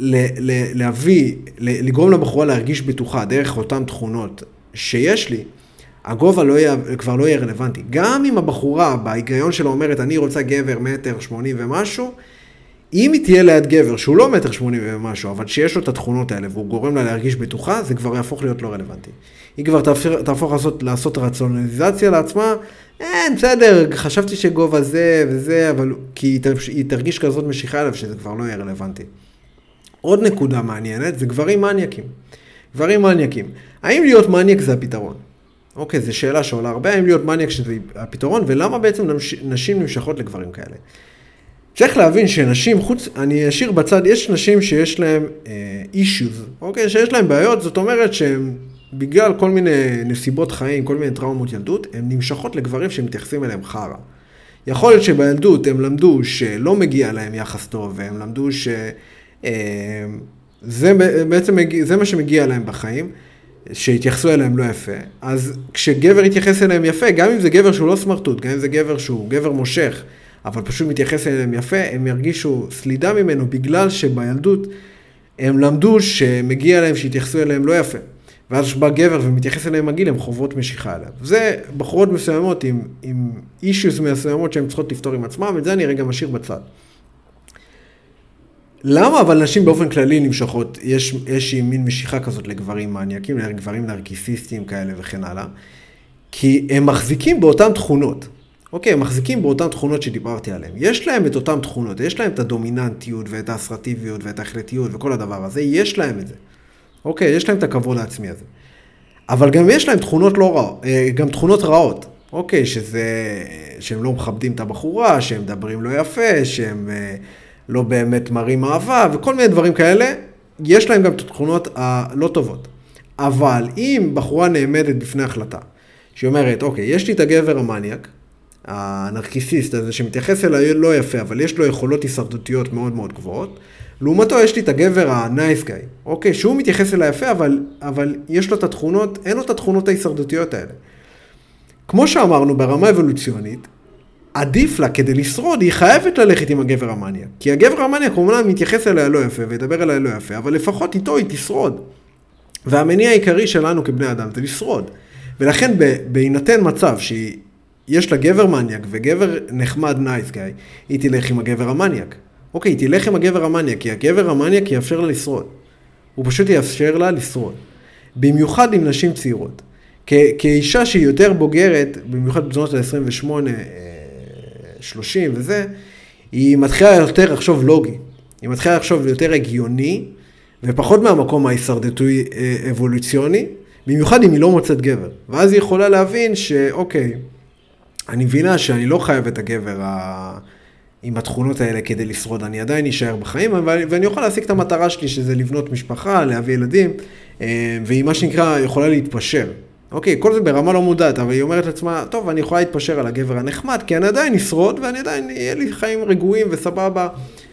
לגרום לבחורה להרגיש בטוחה דרך אותן תכונות שיש לי, הגובה כבר לא יהיה רלוונטי. גם אם הבחורה בהיגיון שלה אומרת, אני רוצה גבר 1.80 ומשהו, אם היא תהיה ליד גבר שהוא לא 1.80 ומשהו, אבל שיש לו את התכונות האלה והוא גורם לה להרגיש בטוחה, זה כבר יהפוך להיות לא רלוונטי. היא כבר תהפוך לעשות רציונליזציה לעצמה, בסדר, חשבתי שגובה זה וזה, אבל כי היא תרגיש כזאת משיכה אליו שזה כבר לא יהיה רלוונטי. עוד נקודה מעניינת זה גברים מניאקים. גברים מניאקים. האם להיות מניאק זה הפתרון? אוקיי, זו שאלה שעולה הרבה, האם להיות מניאק שזה הפתרון, ולמה בעצם נשים נמשכות לגברים כאלה? צריך להבין שנשים, אני אשאיר בצד, יש נשים שיש להם issues, אוקיי, שיש להם בעיות, זאת אומרת שהם, בגלל כל מיני נסיבות חיים, כל מיני טראומות ילדות, הם נמשכות לגברים שמתייחסים אליהם חרא. יכול להיות שבילדות הם למדו שלא מגיע להם יחס טוב, והם למדו זה בעצם זה מה שמגיע להם בחיים, שהתייחסו אליהם לא יפה. אז כשגבר יתייחס אליהם יפה, גם אם זה גבר שהוא לא סמרטוט, גם אם זה גבר שהוא גבר מושך, אבל פשוט מתייחס אליהם יפה, הם ירגישו סלידה ממנו, בגלל שבילדות הם למדו שמגיע להם שהתייחסו אליהם לא יפה. ואז שבא גבר ומתייחס אליהם מגעיל, הם חוות משיכה אליו. זה בחורות מסוימות עם אישיוס מסוימות שהן צריכות לפתור עם עצמם, את זה אני רגע משאיר בצד. למה אבל נשים באופן כללי נמשכות, יש מין משיכה כזאת לגברים מניאקים, לגברים נרקיסיסטים כאלה וכן הלאה, כי הם מחזיקים באותן תכונות. אוקיי, הם מחזיקים באותן תכונות שדיברתי עליהן. יש להם את אותן תכונות, יש להם את הדומיננטיות ואת האסרטיביות ואת ההחלטיות וכל הדבר הזה, יש להם את זה. אוקיי, יש להם את הכבוד העצמי הזה. אבל גם יש להם תכונות לא רעות, גם תכונות רעות. אוקיי, שהם לא מכבדים את הבחורה, שהם מדברים לא יפה, שהם לא באמת מראים אהבה, וכל מיני דברים כאלה, יש להם גם תכונות הלא טובות. אבל אם בחורה נעמדת בפני החלטה, שהיא אומרת, אוקיי, יש לי את הגבר המניאק, הנרקיסיסט הזה שמתייחס אליי לא יפה, אבל יש לו יכולות הישרדותיות מאוד מאוד גבוהות, לעומתו יש לי את הגבר ה-nice guy, אוקיי, שהוא מתייחס אליי יפה, אבל יש לו את התכונות, אין לו את התכונות ההישרדותיות האלה. כמו שאמרנו, ברמה אבולוציונית, עדיף לה כדי לשרוד, היא חייבת ללכת עם הגבר המניאק. כי הגבר המניאק אומנם מתייחס אליה לא יפה, וידבר אליה לא יפה, אבל לפחות איתו היא תשרוד. והמניע העיקרי שלנו כבני אדם זה לשרוד. ולכן בהינתן מצב שיש לה גבר מניאק וגבר נחמד נייס גאי, היא תלך עם הגבר המניאק. אוקיי, היא תלך עם הגבר המניאק, כי הגבר המניאק יאפשר לה לשרוד. הוא פשוט יאפשר לה לשרוד. במיוחד עם נשים צעירות. כאישה שהיא יותר בוגרת, במיוחד בזונות ה-28, 30 וזה, היא מתחילה יותר לחשוב לוגי. היא מתחילה לחשוב יותר הגיוני, ופחות מהמקום ההישרדותי אבולוציוני, במיוחד אם היא לא מוצאת גבר. ואז היא יכולה להבין שאוקיי, אני מבינה שאני לא חייב את הגבר עם התכונות האלה כדי לשרוד, אני עדיין אשאר בחיים, ואני יכול להשיג את המטרה שלי, שזה לבנות משפחה, להביא ילדים, והיא מה שנקרא יכולה להתפשר. אוקיי, כל זה ברמה לא מודעת, אבל היא אומרת לעצמה, טוב, אני יכולה להתפשר על הגבר הנחמד, כי אני עדיין אשרוד, ואני עדיין, יהיה לי חיים רגועים וסבבה,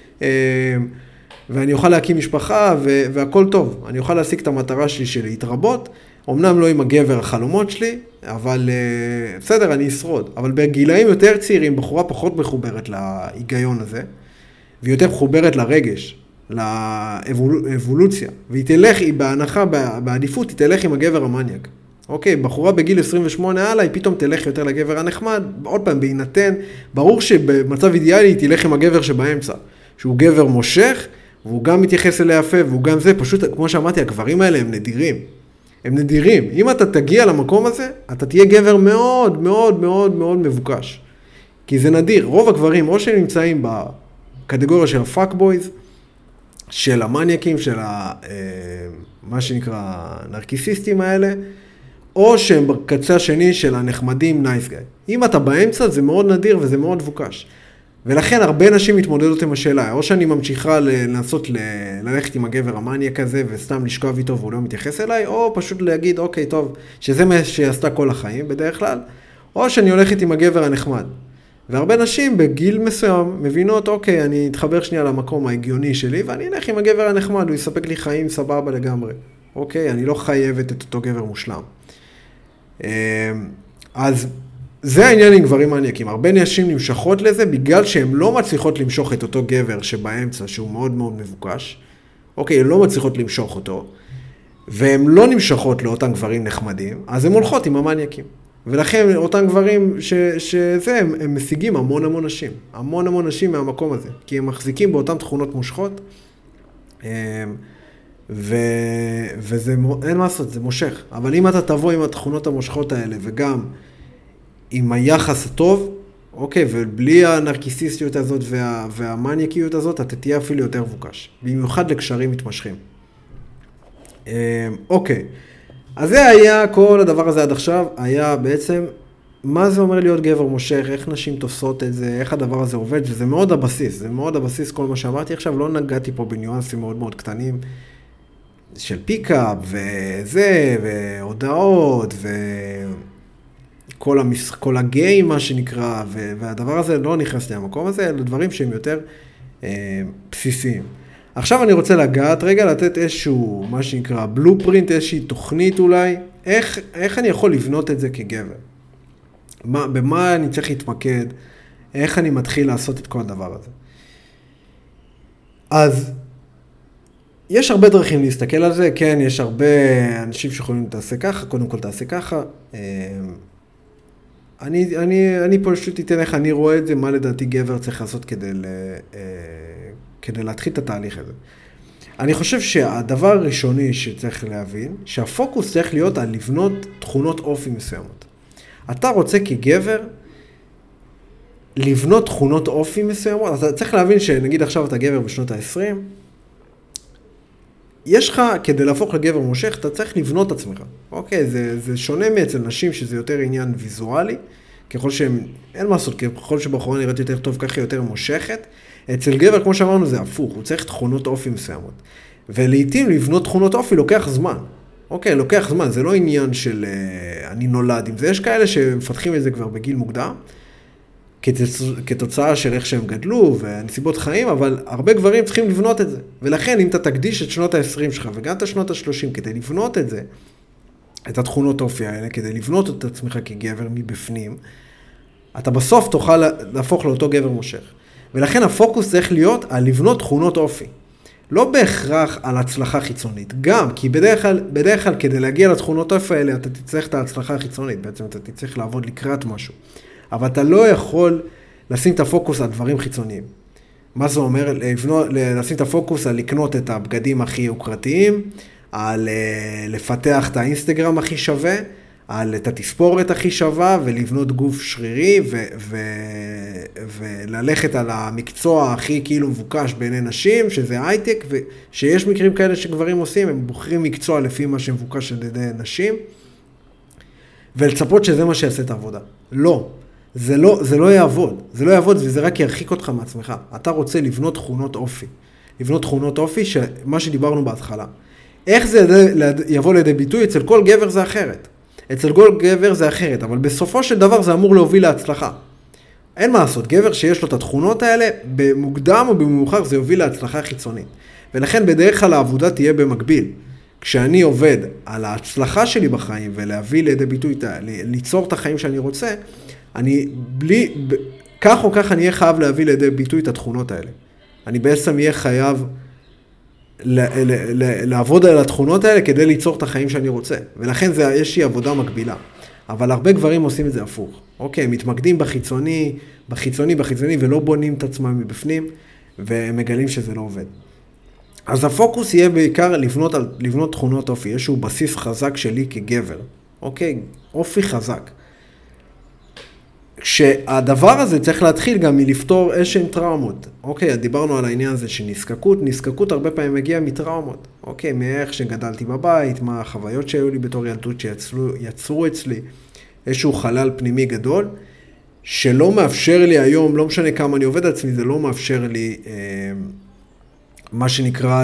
ואני אוכל להקים משפחה, והכל טוב. אני אוכל להשיג את המטרה שלי של להתרבות, אמנם לא עם הגבר החלומות שלי, אבל בסדר, אני אשרוד. אבל בגילאים יותר צעירים, בחורה פחות מחוברת להיגיון הזה, והיא יותר מחוברת לרגש, לאבולוציה, והיא תלך, היא בהנחה, בעדיפות, היא תלך עם הגבר המניאק. אוקיי, בחורה בגיל 28 הלאה, היא פתאום תלך יותר לגבר הנחמד, עוד פעם, בהינתן, ברור שבמצב אידיאלי היא תלך עם הגבר שבאמצע, שהוא גבר מושך, והוא גם מתייחס אליה יפה, והוא גם זה, פשוט, כמו שאמרתי, הגברים האלה הם נדירים. הם נדירים. אם אתה תגיע למקום הזה, אתה תהיה גבר מאוד, מאוד, מאוד, מאוד מבוקש. כי זה נדיר. רוב הגברים, או שהם נמצאים בקטגוריה של הפאק-בויז, של המניאקים, של מה שנקרא נרקיסיסטים האלה, או שהם בקצה השני של הנחמדים נייס גאי. אם אתה באמצע, זה מאוד נדיר וזה מאוד מבוקש. ולכן הרבה נשים מתמודדות עם השאלה, או שאני ממשיכה לנסות ללכת עם הגבר המניאק הזה וסתם לשכב איתו והוא לא מתייחס אליי, או פשוט להגיד, אוקיי, טוב, שזה מה שעשתה כל החיים בדרך כלל, או שאני הולכת עם הגבר הנחמד. והרבה נשים בגיל מסוים מבינות, אוקיי, אני אתחבר שנייה למקום ההגיוני שלי, ואני אלך עם הגבר הנחמד, הוא יספק לי חיים סבבה לגמרי. אוקיי, אני לא חייבת את אותו גבר מושלם. אז זה העניין עם גברים מניאקים. הרבה נשים נמשכות לזה בגלל שהן לא מצליחות למשוך את אותו גבר שבאמצע, שהוא מאוד מאוד מבוקש. אוקיי, הן לא מצליחות למשוך אותו, והן לא נמשכות לאותם גברים נחמדים, אז הן הולכות עם המניאקים. ולכן אותם גברים שזה, הם משיגים המון המון נשים. המון המון נשים מהמקום הזה. כי הם מחזיקים באותן תכונות מושכות, וזה, אין מה לעשות, זה מושך. אבל אם אתה תבוא עם התכונות המושכות האלה, וגם עם היחס הטוב, אוקיי, ובלי הנרקיסיסטיות הזאת והמניאקיות הזאת, אתה תהיה אפילו יותר מבוקש. במיוחד לקשרים מתמשכים. אוקיי. אז זה היה, כל הדבר הזה עד עכשיו, היה בעצם, מה זה אומר להיות גבר מושך, איך נשים תופסות את זה, איך הדבר הזה עובד, וזה מאוד הבסיס, זה מאוד הבסיס כל מה שאמרתי עכשיו, לא נגעתי פה בניואנסים מאוד מאוד קטנים, של פיקאפ, וזה, והודעות, כל הגיים, מה שנקרא, והדבר הזה לא נכנס לי למקום הזה, אלה דברים שהם יותר בסיסיים. עכשיו אני רוצה לגעת רגע, לתת איזשהו, מה שנקרא, בלופרינט, איזושהי תוכנית אולי, איך אני יכול לבנות את זה כגבר? במה אני צריך להתמקד? איך אני מתחיל לעשות את כל הדבר הזה? אז יש הרבה דרכים להסתכל על זה, כן, יש הרבה אנשים שיכולים תעשה ככה, קודם כל תעשה ככה. אני פשוט אתן איך אני רואה את זה, מה לדעתי גבר צריך לעשות כדי להתחיל את התהליך הזה. אני חושב שהדבר הראשוני שצריך להבין, שהפוקוס צריך להיות על לבנות תכונות אופי מסוימות. אתה רוצה כגבר לבנות תכונות אופי מסוימות, אתה צריך להבין שנגיד עכשיו אתה גבר בשנות ה-20, יש לך, כדי להפוך לגבר מושך, אתה צריך לבנות את עצמך. אוקיי, זה שונה מאצל נשים שזה יותר עניין ויזואלי, ככל שהם, אין מה לעשות, ככל שבחורה נראית יותר טוב, ככה יותר מושכת. אצל גבר, כמו שאמרנו, זה הפוך, הוא צריך תכונות אופי מסוימות. ולעיתים לבנות תכונות אופי לוקח זמן. אוקיי, לוקח זמן, זה לא עניין של אני נולד עם זה. יש כאלה שמפתחים את זה כבר בגיל מוקדם, כתוצאה של איך שהם גדלו ונסיבות חיים, אבל הרבה גברים צריכים לבנות את זה. ולכן, אם אתה תקדיש את שנות ה-20 שלך וגם את שנות ה-30 כדי לבנות את זה, את התכונות אופי האלה, כדי לבנות את עצמך כגבר מבפנים, אתה בסוף תוכל להפוך לאותו גבר מושך. ולכן הפוקוס צריך להיות על לבנות תכונות אופי. לא בהכרח על הצלחה חיצונית. גם, כי בדרך כלל כדי להגיע לתכונות אופי האלה, אתה תצטרך את ההצלחה החיצונית. בעצם אתה תצטרך לעבוד לקראת משהו. אבל אתה לא יכול לשים את הפוקוס על דברים חיצוניים. מה זה אומר? לשים את הפוקוס על לקנות את הבגדים הכי יוקרתיים, על לפתח את האינסטגרם הכי שווה, על את התספורת הכי שווה, ולבנות גוף שרירי, וללכת על המקצוע הכי כאילו מבוקש בעיני נשים, שזה הייטק, ושיש מקרים כאלה שגברים עושים, הם בוחרים מקצוע לפי מה שמבוקש על ידי נשים, ולצפות שזה מה שיעשה את העבודה. לא. זה לא יעבוד. זה לא יעבוד וזה רק ירחיק אותך מעצמך. אתה רוצה לבנות תכונות אופי. לבנות תכונות אופי, מה שדיברנו בהתחלה. איך זה יבוא לידי ביטוי? אצל כל גבר זה אחרת. אצל כל גבר זה אחרת, אבל בסופו של דבר זה אמור להוביל להצלחה. אין מה לעשות, גבר שיש לו את התכונות האלה, במוקדם או במאוחר זה יוביל להצלחה חיצונית. ולכן בדרך כלל העבודה תהיה במקביל. כשאני עובד על ההצלחה שלי בחיים ולהביא לידי ביטוי, ליצור את החיים שאני רוצה, כך או כך אני אהיה חייב להביא לידי ביטוי את התכונות האלה. אני בעצם אהיה חייב לעבוד על התכונות האלה כדי ליצור את החיים שאני רוצה. ולכן יש לי עבודה מקבילה. אבל הרבה גברים עושים את זה הפוך. אוקיי, הם מתמקדים בחיצוני, ולא בונים את עצמם מבפנים, והם מגלים שזה לא עובד. אז הפוקוס יהיה בעיקר לבנות תכונות אופי. יש שהוא בסיס חזק שלי כגבר. אוקיי, אופי חזק. שהדבר הזה צריך להתחיל גם מלפתור איזשהם טראומות. אוקיי, דיברנו על העניין הזה נזקקות הרבה פעמים מגיעה מטראומות. אוקיי, מאיך שגדלתי בבית, מה החוויות שהיו לי בתור ילדות שיצרו אצלי, איזשהו חלל פנימי גדול, שלא מאפשר לי היום, לא משנה כמה אני עובד על עצמי, זה לא מאפשר לי מה שנקרא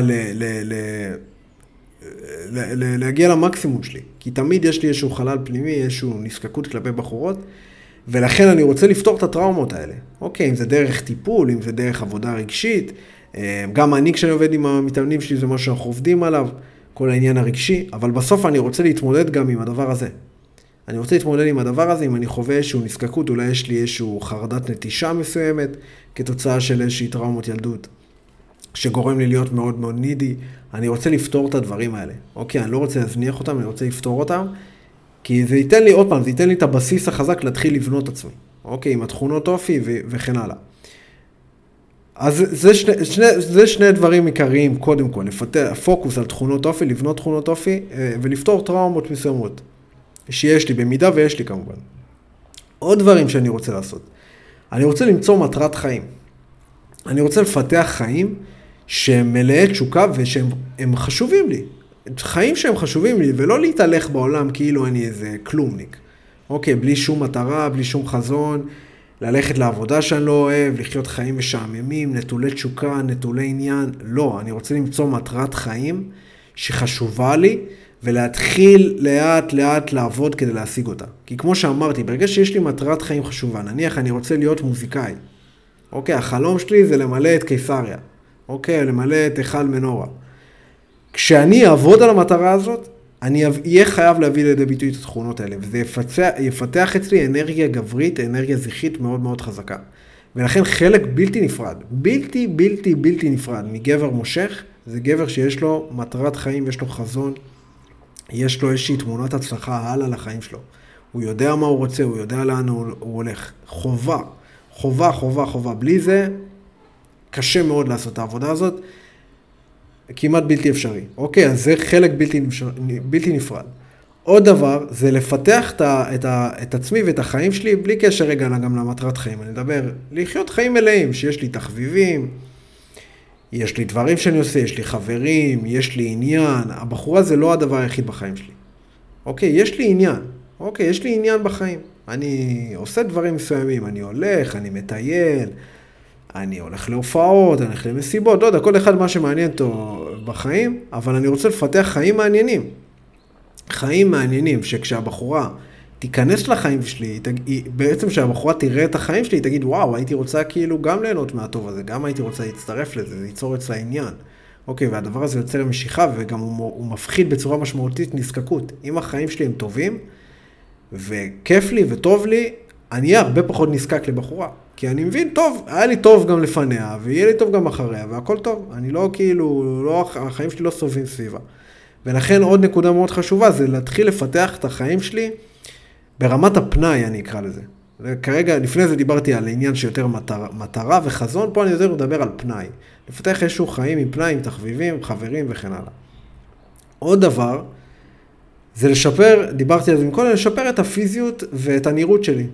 להגיע למקסימום שלי. כי תמיד יש לי איזשהו חלל פנימי, איזשהו נזקקות כלפי בחורות, ולכן אני רוצה לפתור את הטראומות האלה. אוקיי, אם זה דרך טיפול, אם זה דרך עבודה רגשית, גם אני כשאני עובד עם המתאמנים שלי זה משהו שאנחנו עובדים עליו, כל העניין הרגשי, אבל בסוף אני רוצה להתמודד גם עם הדבר הזה. אני רוצה להתמודד עם הדבר הזה, אם אני חווה איזשהו נזקקות, אולי יש לי איזשהו חרדת נטישה מסוימת, כתוצאה של איזושהי טראומות ילדות, שגורם לי להיות מאוד מאוד נידי, אני רוצה לפתור את הדברים האלה. אוקיי, אני לא רוצה להזניח אותם, אני רוצה לפתור אותם, כי זה ייתן לי עוד פעם, זה ייתן לי את הבסיס החזק להתחיל לבנות עצמי. אוקיי, עם התכונות אופי וכן הלאה. אז זה שני דברים עיקריים, קודם כל, לפתח פוקוס על תכונות אופי, לבנות תכונות אופי, ולפתור טראומות מסוימות, שיש לי, במידה ויש לי כמובן. עוד דברים שאני רוצה לעשות. אני רוצה למצוא מטרת חיים. אני רוצה לפתח חיים שהם מלאי תשוקה ושהם חשובים לי. חיים שהם חשובים לי, ולא להתהלך בעולם כאילו אני איזה כלומניק. אוקיי, בלי שום מטרה, בלי שום חזון, ללכת לעבודה שאני לא אוהב, לחיות חיים משעממים, נטולי תשוקה, נטולי עניין. לא, אני רוצה למצוא מטרת חיים שחשובה לי, ולהתחיל לאט לאט לעבוד כדי להשיג אותה. כי כמו שאמרתי, ברגע שיש לי מטרת חיים חשובה, נניח אני רוצה להיות מוזיקאי, אוקיי, החלום שלי זה למלא את קיסריה, אוקיי, למלא את היכל מנורה. כשאני אעבוד על המטרה הזאת, אני אהיה חייב להביא לידי ביטוי את התכונות האלה, וזה יפתח אצלי אנרגיה גברית, אנרגיה זכרית מאוד מאוד חזקה. ולכן חלק בלתי נפרד מגבר מושך, זה גבר שיש לו מטרת חיים, יש לו חזון, יש לו איזושהי תמונת הצלחה הלאה לחיים שלו. הוא יודע מה הוא רוצה, הוא יודע לאן הוא הולך. חובה. בלי זה, קשה מאוד לעשות את העבודה הזאת, כמעט בלתי אפשרי. אוקיי, אז זה חלק בלתי נפרד. עוד דבר, זה לפתח את עצמי ואת החיים שלי, בלי קשר רגע גם למטרת חיים. אני מדבר, לחיות חיים מלאים, שיש לי תחביבים, יש לי דברים שאני עושה, יש לי חברים, יש לי עניין. הבחורה זה לא הדבר היחיד בחיים שלי. אוקיי, יש לי עניין בחיים. אני עושה דברים מסוימים, אני הולך, אני מטייל, אני הולך להופעות, אני הולך למסיבות, לא יודע, כל אחד מה שמעניין אותו בחיים, אבל אני רוצה לפתח חיים מעניינים. חיים מעניינים, שכשהבחורה תיכנס לחיים שלי, בעצם כשהבחורה תראה את החיים שלי, היא תגיד, וואו, הייתי רוצה כאילו גם ליהנות מהטוב הזה, גם הייתי רוצה להצטרף לזה, זה ייצור אצלה עניין. אוקיי, והדבר הזה יוצר משיכה, וגם הוא מפחיד בצורה משמעותית נזקקות. אם החיים שלי הם טובים, וכיף לי וטוב לי, אני אהיה הרבה פחות נזקק לבחורה. כי אני מבין, טוב, היה לי טוב גם לפניה, ויהיה לי טוב גם אחריה, והכל טוב. אני לא כאילו, החיים שלי לא סובבים סביבה. ולכן עוד נקודה מאוד חשובה, זה להתחיל לפתח את החיים שלי ברמת הפנאי, אני אקרא לזה. כרגע, לפני זה דיברתי על עניין שיותר מטרה וחזון, פה אני יותר מדבר על פנאי. לפתח איזשהו חיים עם פנאי, עם תחביבים, חברים וכן הלאה. עוד דבר, זה לשפר, דיברתי על זה מקודם, לשפר את הפיזיות ואת הנראות שלי.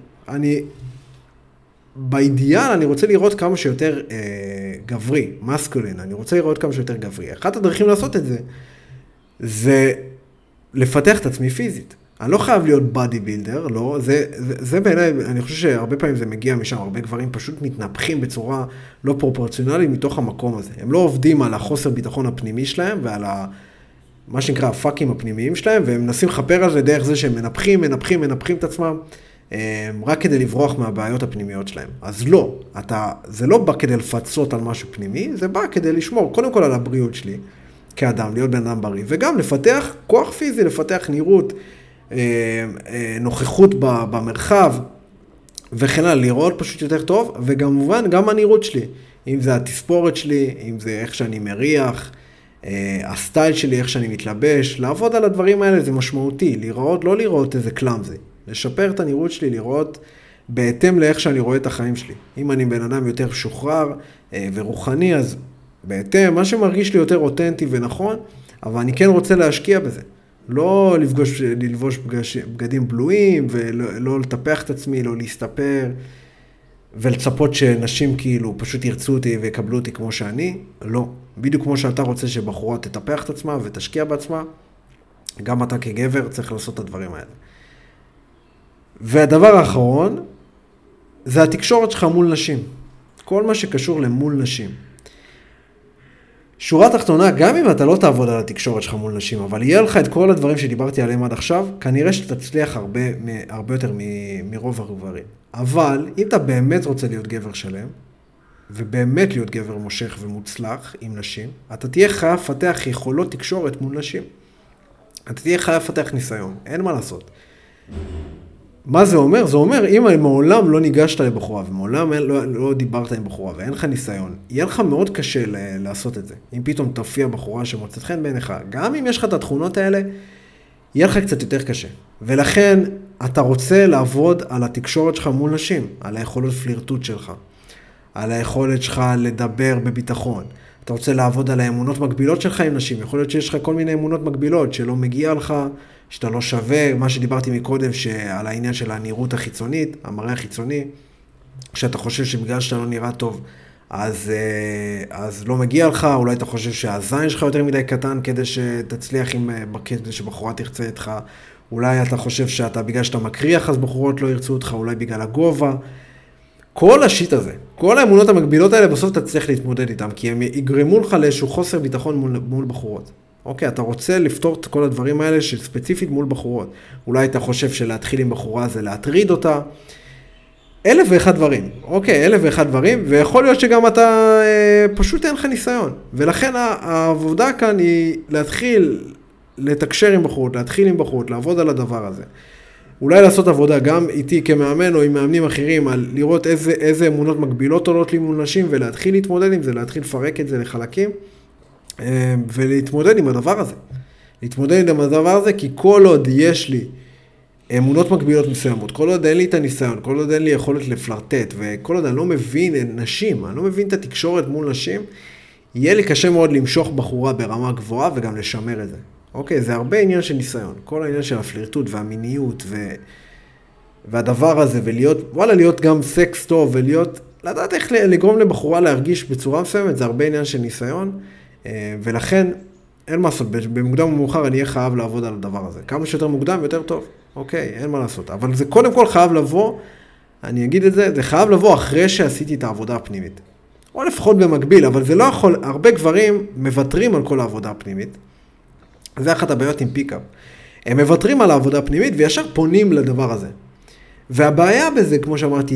באידיאל אני רוצה לראות כמה שיותר גברי, מסקולין, אני רוצה לראות כמה שיותר גברי. אחת הדרכים לעשות את זה, זה לפתח את עצמי פיזית. אני לא חייב להיות בודי בילדר, לא, זה בעיניי, אני חושב שהרבה פעמים זה מגיע משם, הרבה גברים פשוט מתנפחים בצורה לא פרופורציונלית מתוך המקום הזה. הם לא עובדים על החוסר ביטחון הפנימי שלהם ועל מה שנקרא הפאקים הפנימיים שלהם, והם מנסים לחפר על זה דרך זה שהם מנפחים את עצמם, רק כדי לברוח מהבעיות הפנימיות שלהם. אז לא, זה לא בא כדי לפצות על משהו פנימי, זה בא כדי לשמור קודם כל על הבריאות שלי, כאדם, להיות בן אדם בריא, וגם לפתח כוח פיזי, לפתח נראות, נוכחות במרחב, וכן הלאה, לראות פשוט יותר טוב, וכמובן גם הנראות שלי, אם זה התספורת שלי, אם זה איך שאני מריח, הסטייל שלי, איך שאני מתלבש, לעבוד על הדברים האלה זה משמעותי, לראות, לא לראות איזה קלאם זה, לשפר את הנראות שלי, לראות בהתאם לאיך שאני רואה את החיים שלי. אם אני בן אדם יותר שוחרר ורוחני, אז בהתאם, מה שמרגיש לי יותר אותנטי ונכון, אבל אני כן רוצה להשקיע בזה. לא ללבוש בגדים בלויים, ולא לטפח את עצמי, לא להסתפר, ולצפות שנשים כאילו פשוט ירצו אותי ויקבלו אותי כמו שאני. לא. בדיוק כמו שאתה רוצה שבחורה תטפח את עצמה ותשקיע בעצמה, גם אתה כגבר צריך לעשות את הדברים האלה. והדבר האחרון, זה התקשורת שלך מול נשים. כל מה שקשור למול נשים. שורה תחתונה, גם אם אתה לא תעבוד על התקשורת שלך מול נשים, אבל יהיה לך את כל הדברים שדיברתי עליהם עד עכשיו, כנראה שתצליח הרבה יותר מרוב הגברים. אבל אם אתה באמת רוצה להיות גבר שלם, ובאמת להיות גבר מושך ומוצלח עם נשים, אתה תהיה חייב לפתח יכולות תקשורת מול נשים. אתה תהיה חייב לפתח ניסיון, אין מה לעשות. מה זה אומר? זה אומר, אם מעולם לא ניגשת לבחורה, ומעולם לא דיברת עם בחורה, ואין לך ניסיון, יהיה לך מאוד קשה לעשות את זה. אם פתאום תופיע בחורה שמוצאת חן בעיניך, גם אם יש לך את התכונות האלה, יהיה לך קצת יותר קשה. ולכן, אתה רוצה לעבוד על התקשורת שלך מול נשים, על היכולות פלירטוט שלך, על היכולת שלך לדבר בביטחון. אתה רוצה לעבוד על האמונות מגבילות שלך עם נשים. יכול להיות שיש לך כל מיני אמונות מגבילות שלא מגיע לך, שאתה לא שווה, מה שדיברתי מקודם, על העניין של הנראות החיצונית, המראה החיצוני, שאתה חושב שבגלל שאתה לא נראה טוב, אז לא מגיע לך, אולי אתה חושב שהזין שלך יותר מדי קטן כדי שתצליח כדי שבחורה תרצה איתך, אולי אתה חושב שאתה בגלל שאתה מקריח אז בחורות לא ירצו אותך, אולי בגלל הגובה. כל השיט הזה, כל האמונות המגבילות האלה בסוף אתה צריך להתמודד איתם, כי הם יגרמו לך לאיזשהו חוסר ביטחון מול בחורות. אוקיי, אתה רוצה לפתור את כל הדברים האלה של ספציפית מול בחורות. אולי אתה חושב שלהתחיל עם בחורה זה להטריד אותה. 1,001 דברים, אוקיי, 1,001 דברים, ויכול להיות שגם אתה פשוט אין לך ניסיון. ולכן העבודה כאן היא להתחיל לתקשר עם בחורות, להתחיל עם בחורות, לעבוד על הדבר הזה. אולי לעשות עבודה גם איתי כמאמן או עם מאמנים אחרים, על לראות איזה אמונות מגבילות עולות לי מול נשים, ולהתחיל להתמודד עם זה, להתחיל לפרק את זה לחלקים, ולהתמודד עם הדבר הזה. להתמודד עם הדבר הזה, כי כל עוד יש לי אמונות מגבילות מסוימות, כל עוד אין לי את הניסיון, כל עוד אין לי יכולת לפלרטט, וכל עוד אני לא מבין נשים, אני לא מבין את התקשורת מול נשים, יהיה לי קשה מאוד למשוך בחורה ברמה גבוהה וגם לשמר את זה. אוקיי, זה הרבה עניין של ניסיון. כל העניין של הפלירטוט והמיניות והדבר הזה, ולהיות, וואלה, להיות גם סקס טוב, לדעת איך לגרום לבחורה להרגיש בצורה מסוימת, זה הרבה עניין של ניסיון, ולכן אין מה לעשות, במוקדם ומאוחר אני אהיה חייב לעבוד על הדבר הזה. כמה שיותר מוקדם, יותר טוב. אוקיי, אין מה לעשות. אבל זה קודם כל חייב לבוא, אני אגיד את זה, זה חייב לבוא אחרי שעשיתי את העבודה הפנימית. או לפחות במקביל, אבל זה לא יכול, הרבה גברים מוותרים על כל העבודה הפנימית. זה אחת הבעיות עם פיקאפ. הם מוותרים על העבודה הפנימית וישר פונים לדבר הזה. והבעיה בזה, כמו שאמרתי,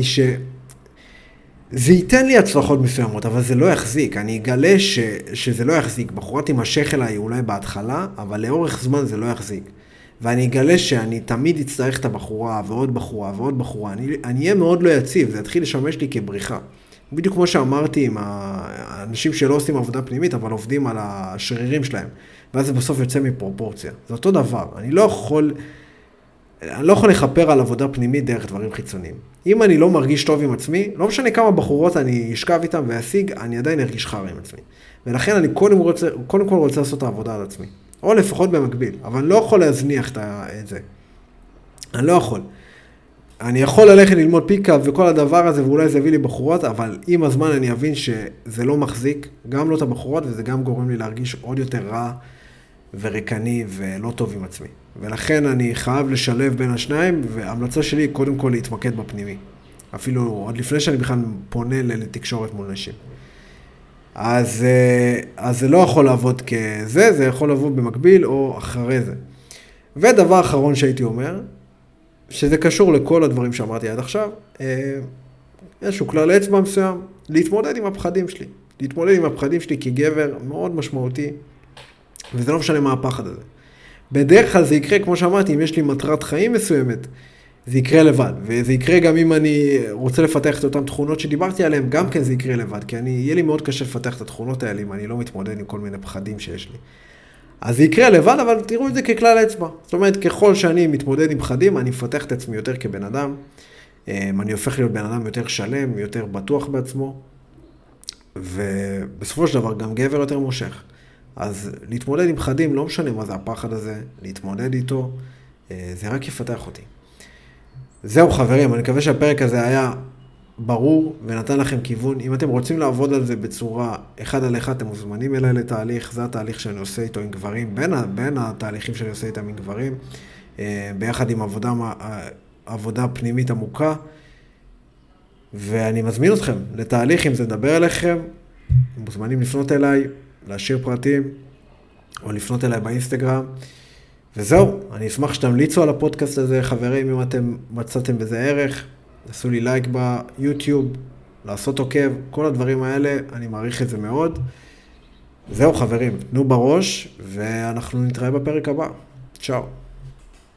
זה ייתן לי הצלחות מסוימות, אבל זה לא יחזיק. אני אגלה שזה לא יחזיק. בחורה תימשך אליי אולי בהתחלה, אבל לאורך זמן זה לא יחזיק. ואני אגלה שאני תמיד אצטרך את הבחורה, ועוד בחורה, ועוד בחורה. אני אהיה מאוד לא יציב, זה יתחיל לשמש לי כבריחה. בדיוק כמו שאמרתי עם האנשים שלא עושים עבודה פנימית, אבל עובדים על השרירים שלהם. ואז זה בסוף יוצא מפרופורציה. זה אותו דבר. אני לא יכול לכפר על עבודה פנימית דרך דברים חיצוניים. אם אני לא מרגיש טוב עם עצמי, לא משנה כמה בחורות אני אשכב איתם ואשיג, אני עדיין ארגיש חרא עם עצמי. ולכן אני קודם כל רוצה לעשות את העבודה על עצמי. או לפחות במקביל. אבל אני לא יכול להזניח את זה. אני לא יכול. אני יכול ללכת ללמוד פיקאפ וכל הדבר הזה, ואולי זה הביא לי בחורות, אבל עם הזמן אני אבין שזה לא מחזיק, גם לא את הבחורות, וזה גם גורם לי להרגיש עוד יותר רע וריקני ולא טוב עם עצמי. ולכן אני חייב לשלב בין השניים, וההמלצה שלי היא קודם כל להתמקד בפנימי. אפילו עוד לפני שאני בכלל פונה לתקשורת מול נשים. אז זה לא יכול לעבוד כזה, זה יכול לעבוד במקביל או אחרי זה. ודבר אחרון שהייתי אומר, שזה קשור לכל הדברים שאמרתי עד עכשיו, איזשהו כלל אצבע מסוים, להתמודד עם הפחדים שלי. להתמודד עם הפחדים שלי כגבר מאוד משמעותי, וזה לא משנה מה הפחד הזה. בדרך כלל זה יקרה, כמו שאמרתי, אם יש לי מטרת חיים מסוימת, זה יקרה לבד. וזה יקרה גם אם אני רוצה לפתח את אותן תכונות שדיברתי עליהן, גם כן זה יקרה לבד, כי יהיה לי מאוד קשה לפתח את התכונות האלה, אם אני לא מתמודד עם כל מיני פחדים שיש לי. אז זה יקרה לבד, אבל תראו את זה ככלל אצבע. זאת אומרת, ככל שאני מתמודד עם פחדים, אני מפתח את עצמי יותר כבן אדם, אני הופך להיות בן אדם יותר שלם, יותר בטוח בעצמו, ובסופו של דבר גם גבר יותר מושך. אז להתמודד עם פחדים, לא משנה מה זה הפחד הזה, להתמודד איתו, זה רק יפתח אותי. זהו חברים, אני מקווה שהפרק הזה היה ברור ונתן לכם כיוון. אם אתם רוצים לעבוד על זה בצורה אחד על אחד, אתם מוזמנים אליי לתהליך. זה התהליך שאני עושה איתו עם גברים, בין התהליכים שאני עושה איתם עם גברים, ביחד עם עבודה פנימית עמוקה. ואני מזמין אתכם לתהליך, אם זה מדבר אליכם, מוזמנים לפנות אליי, להשאיר פרטים, או לפנות אליי באינסטגרם. וזהו, אני אשמח שתמליצו על הפודקאסט הזה, חברים, אם אתם מצאתם בזה ערך. עשו לי לייק ביוטיוב, לעשות עוקב, כל הדברים האלה, אני מעריך את זה מאוד. זהו חברים, תנו בראש, ואנחנו נתראה בפרק הבא. צ'או.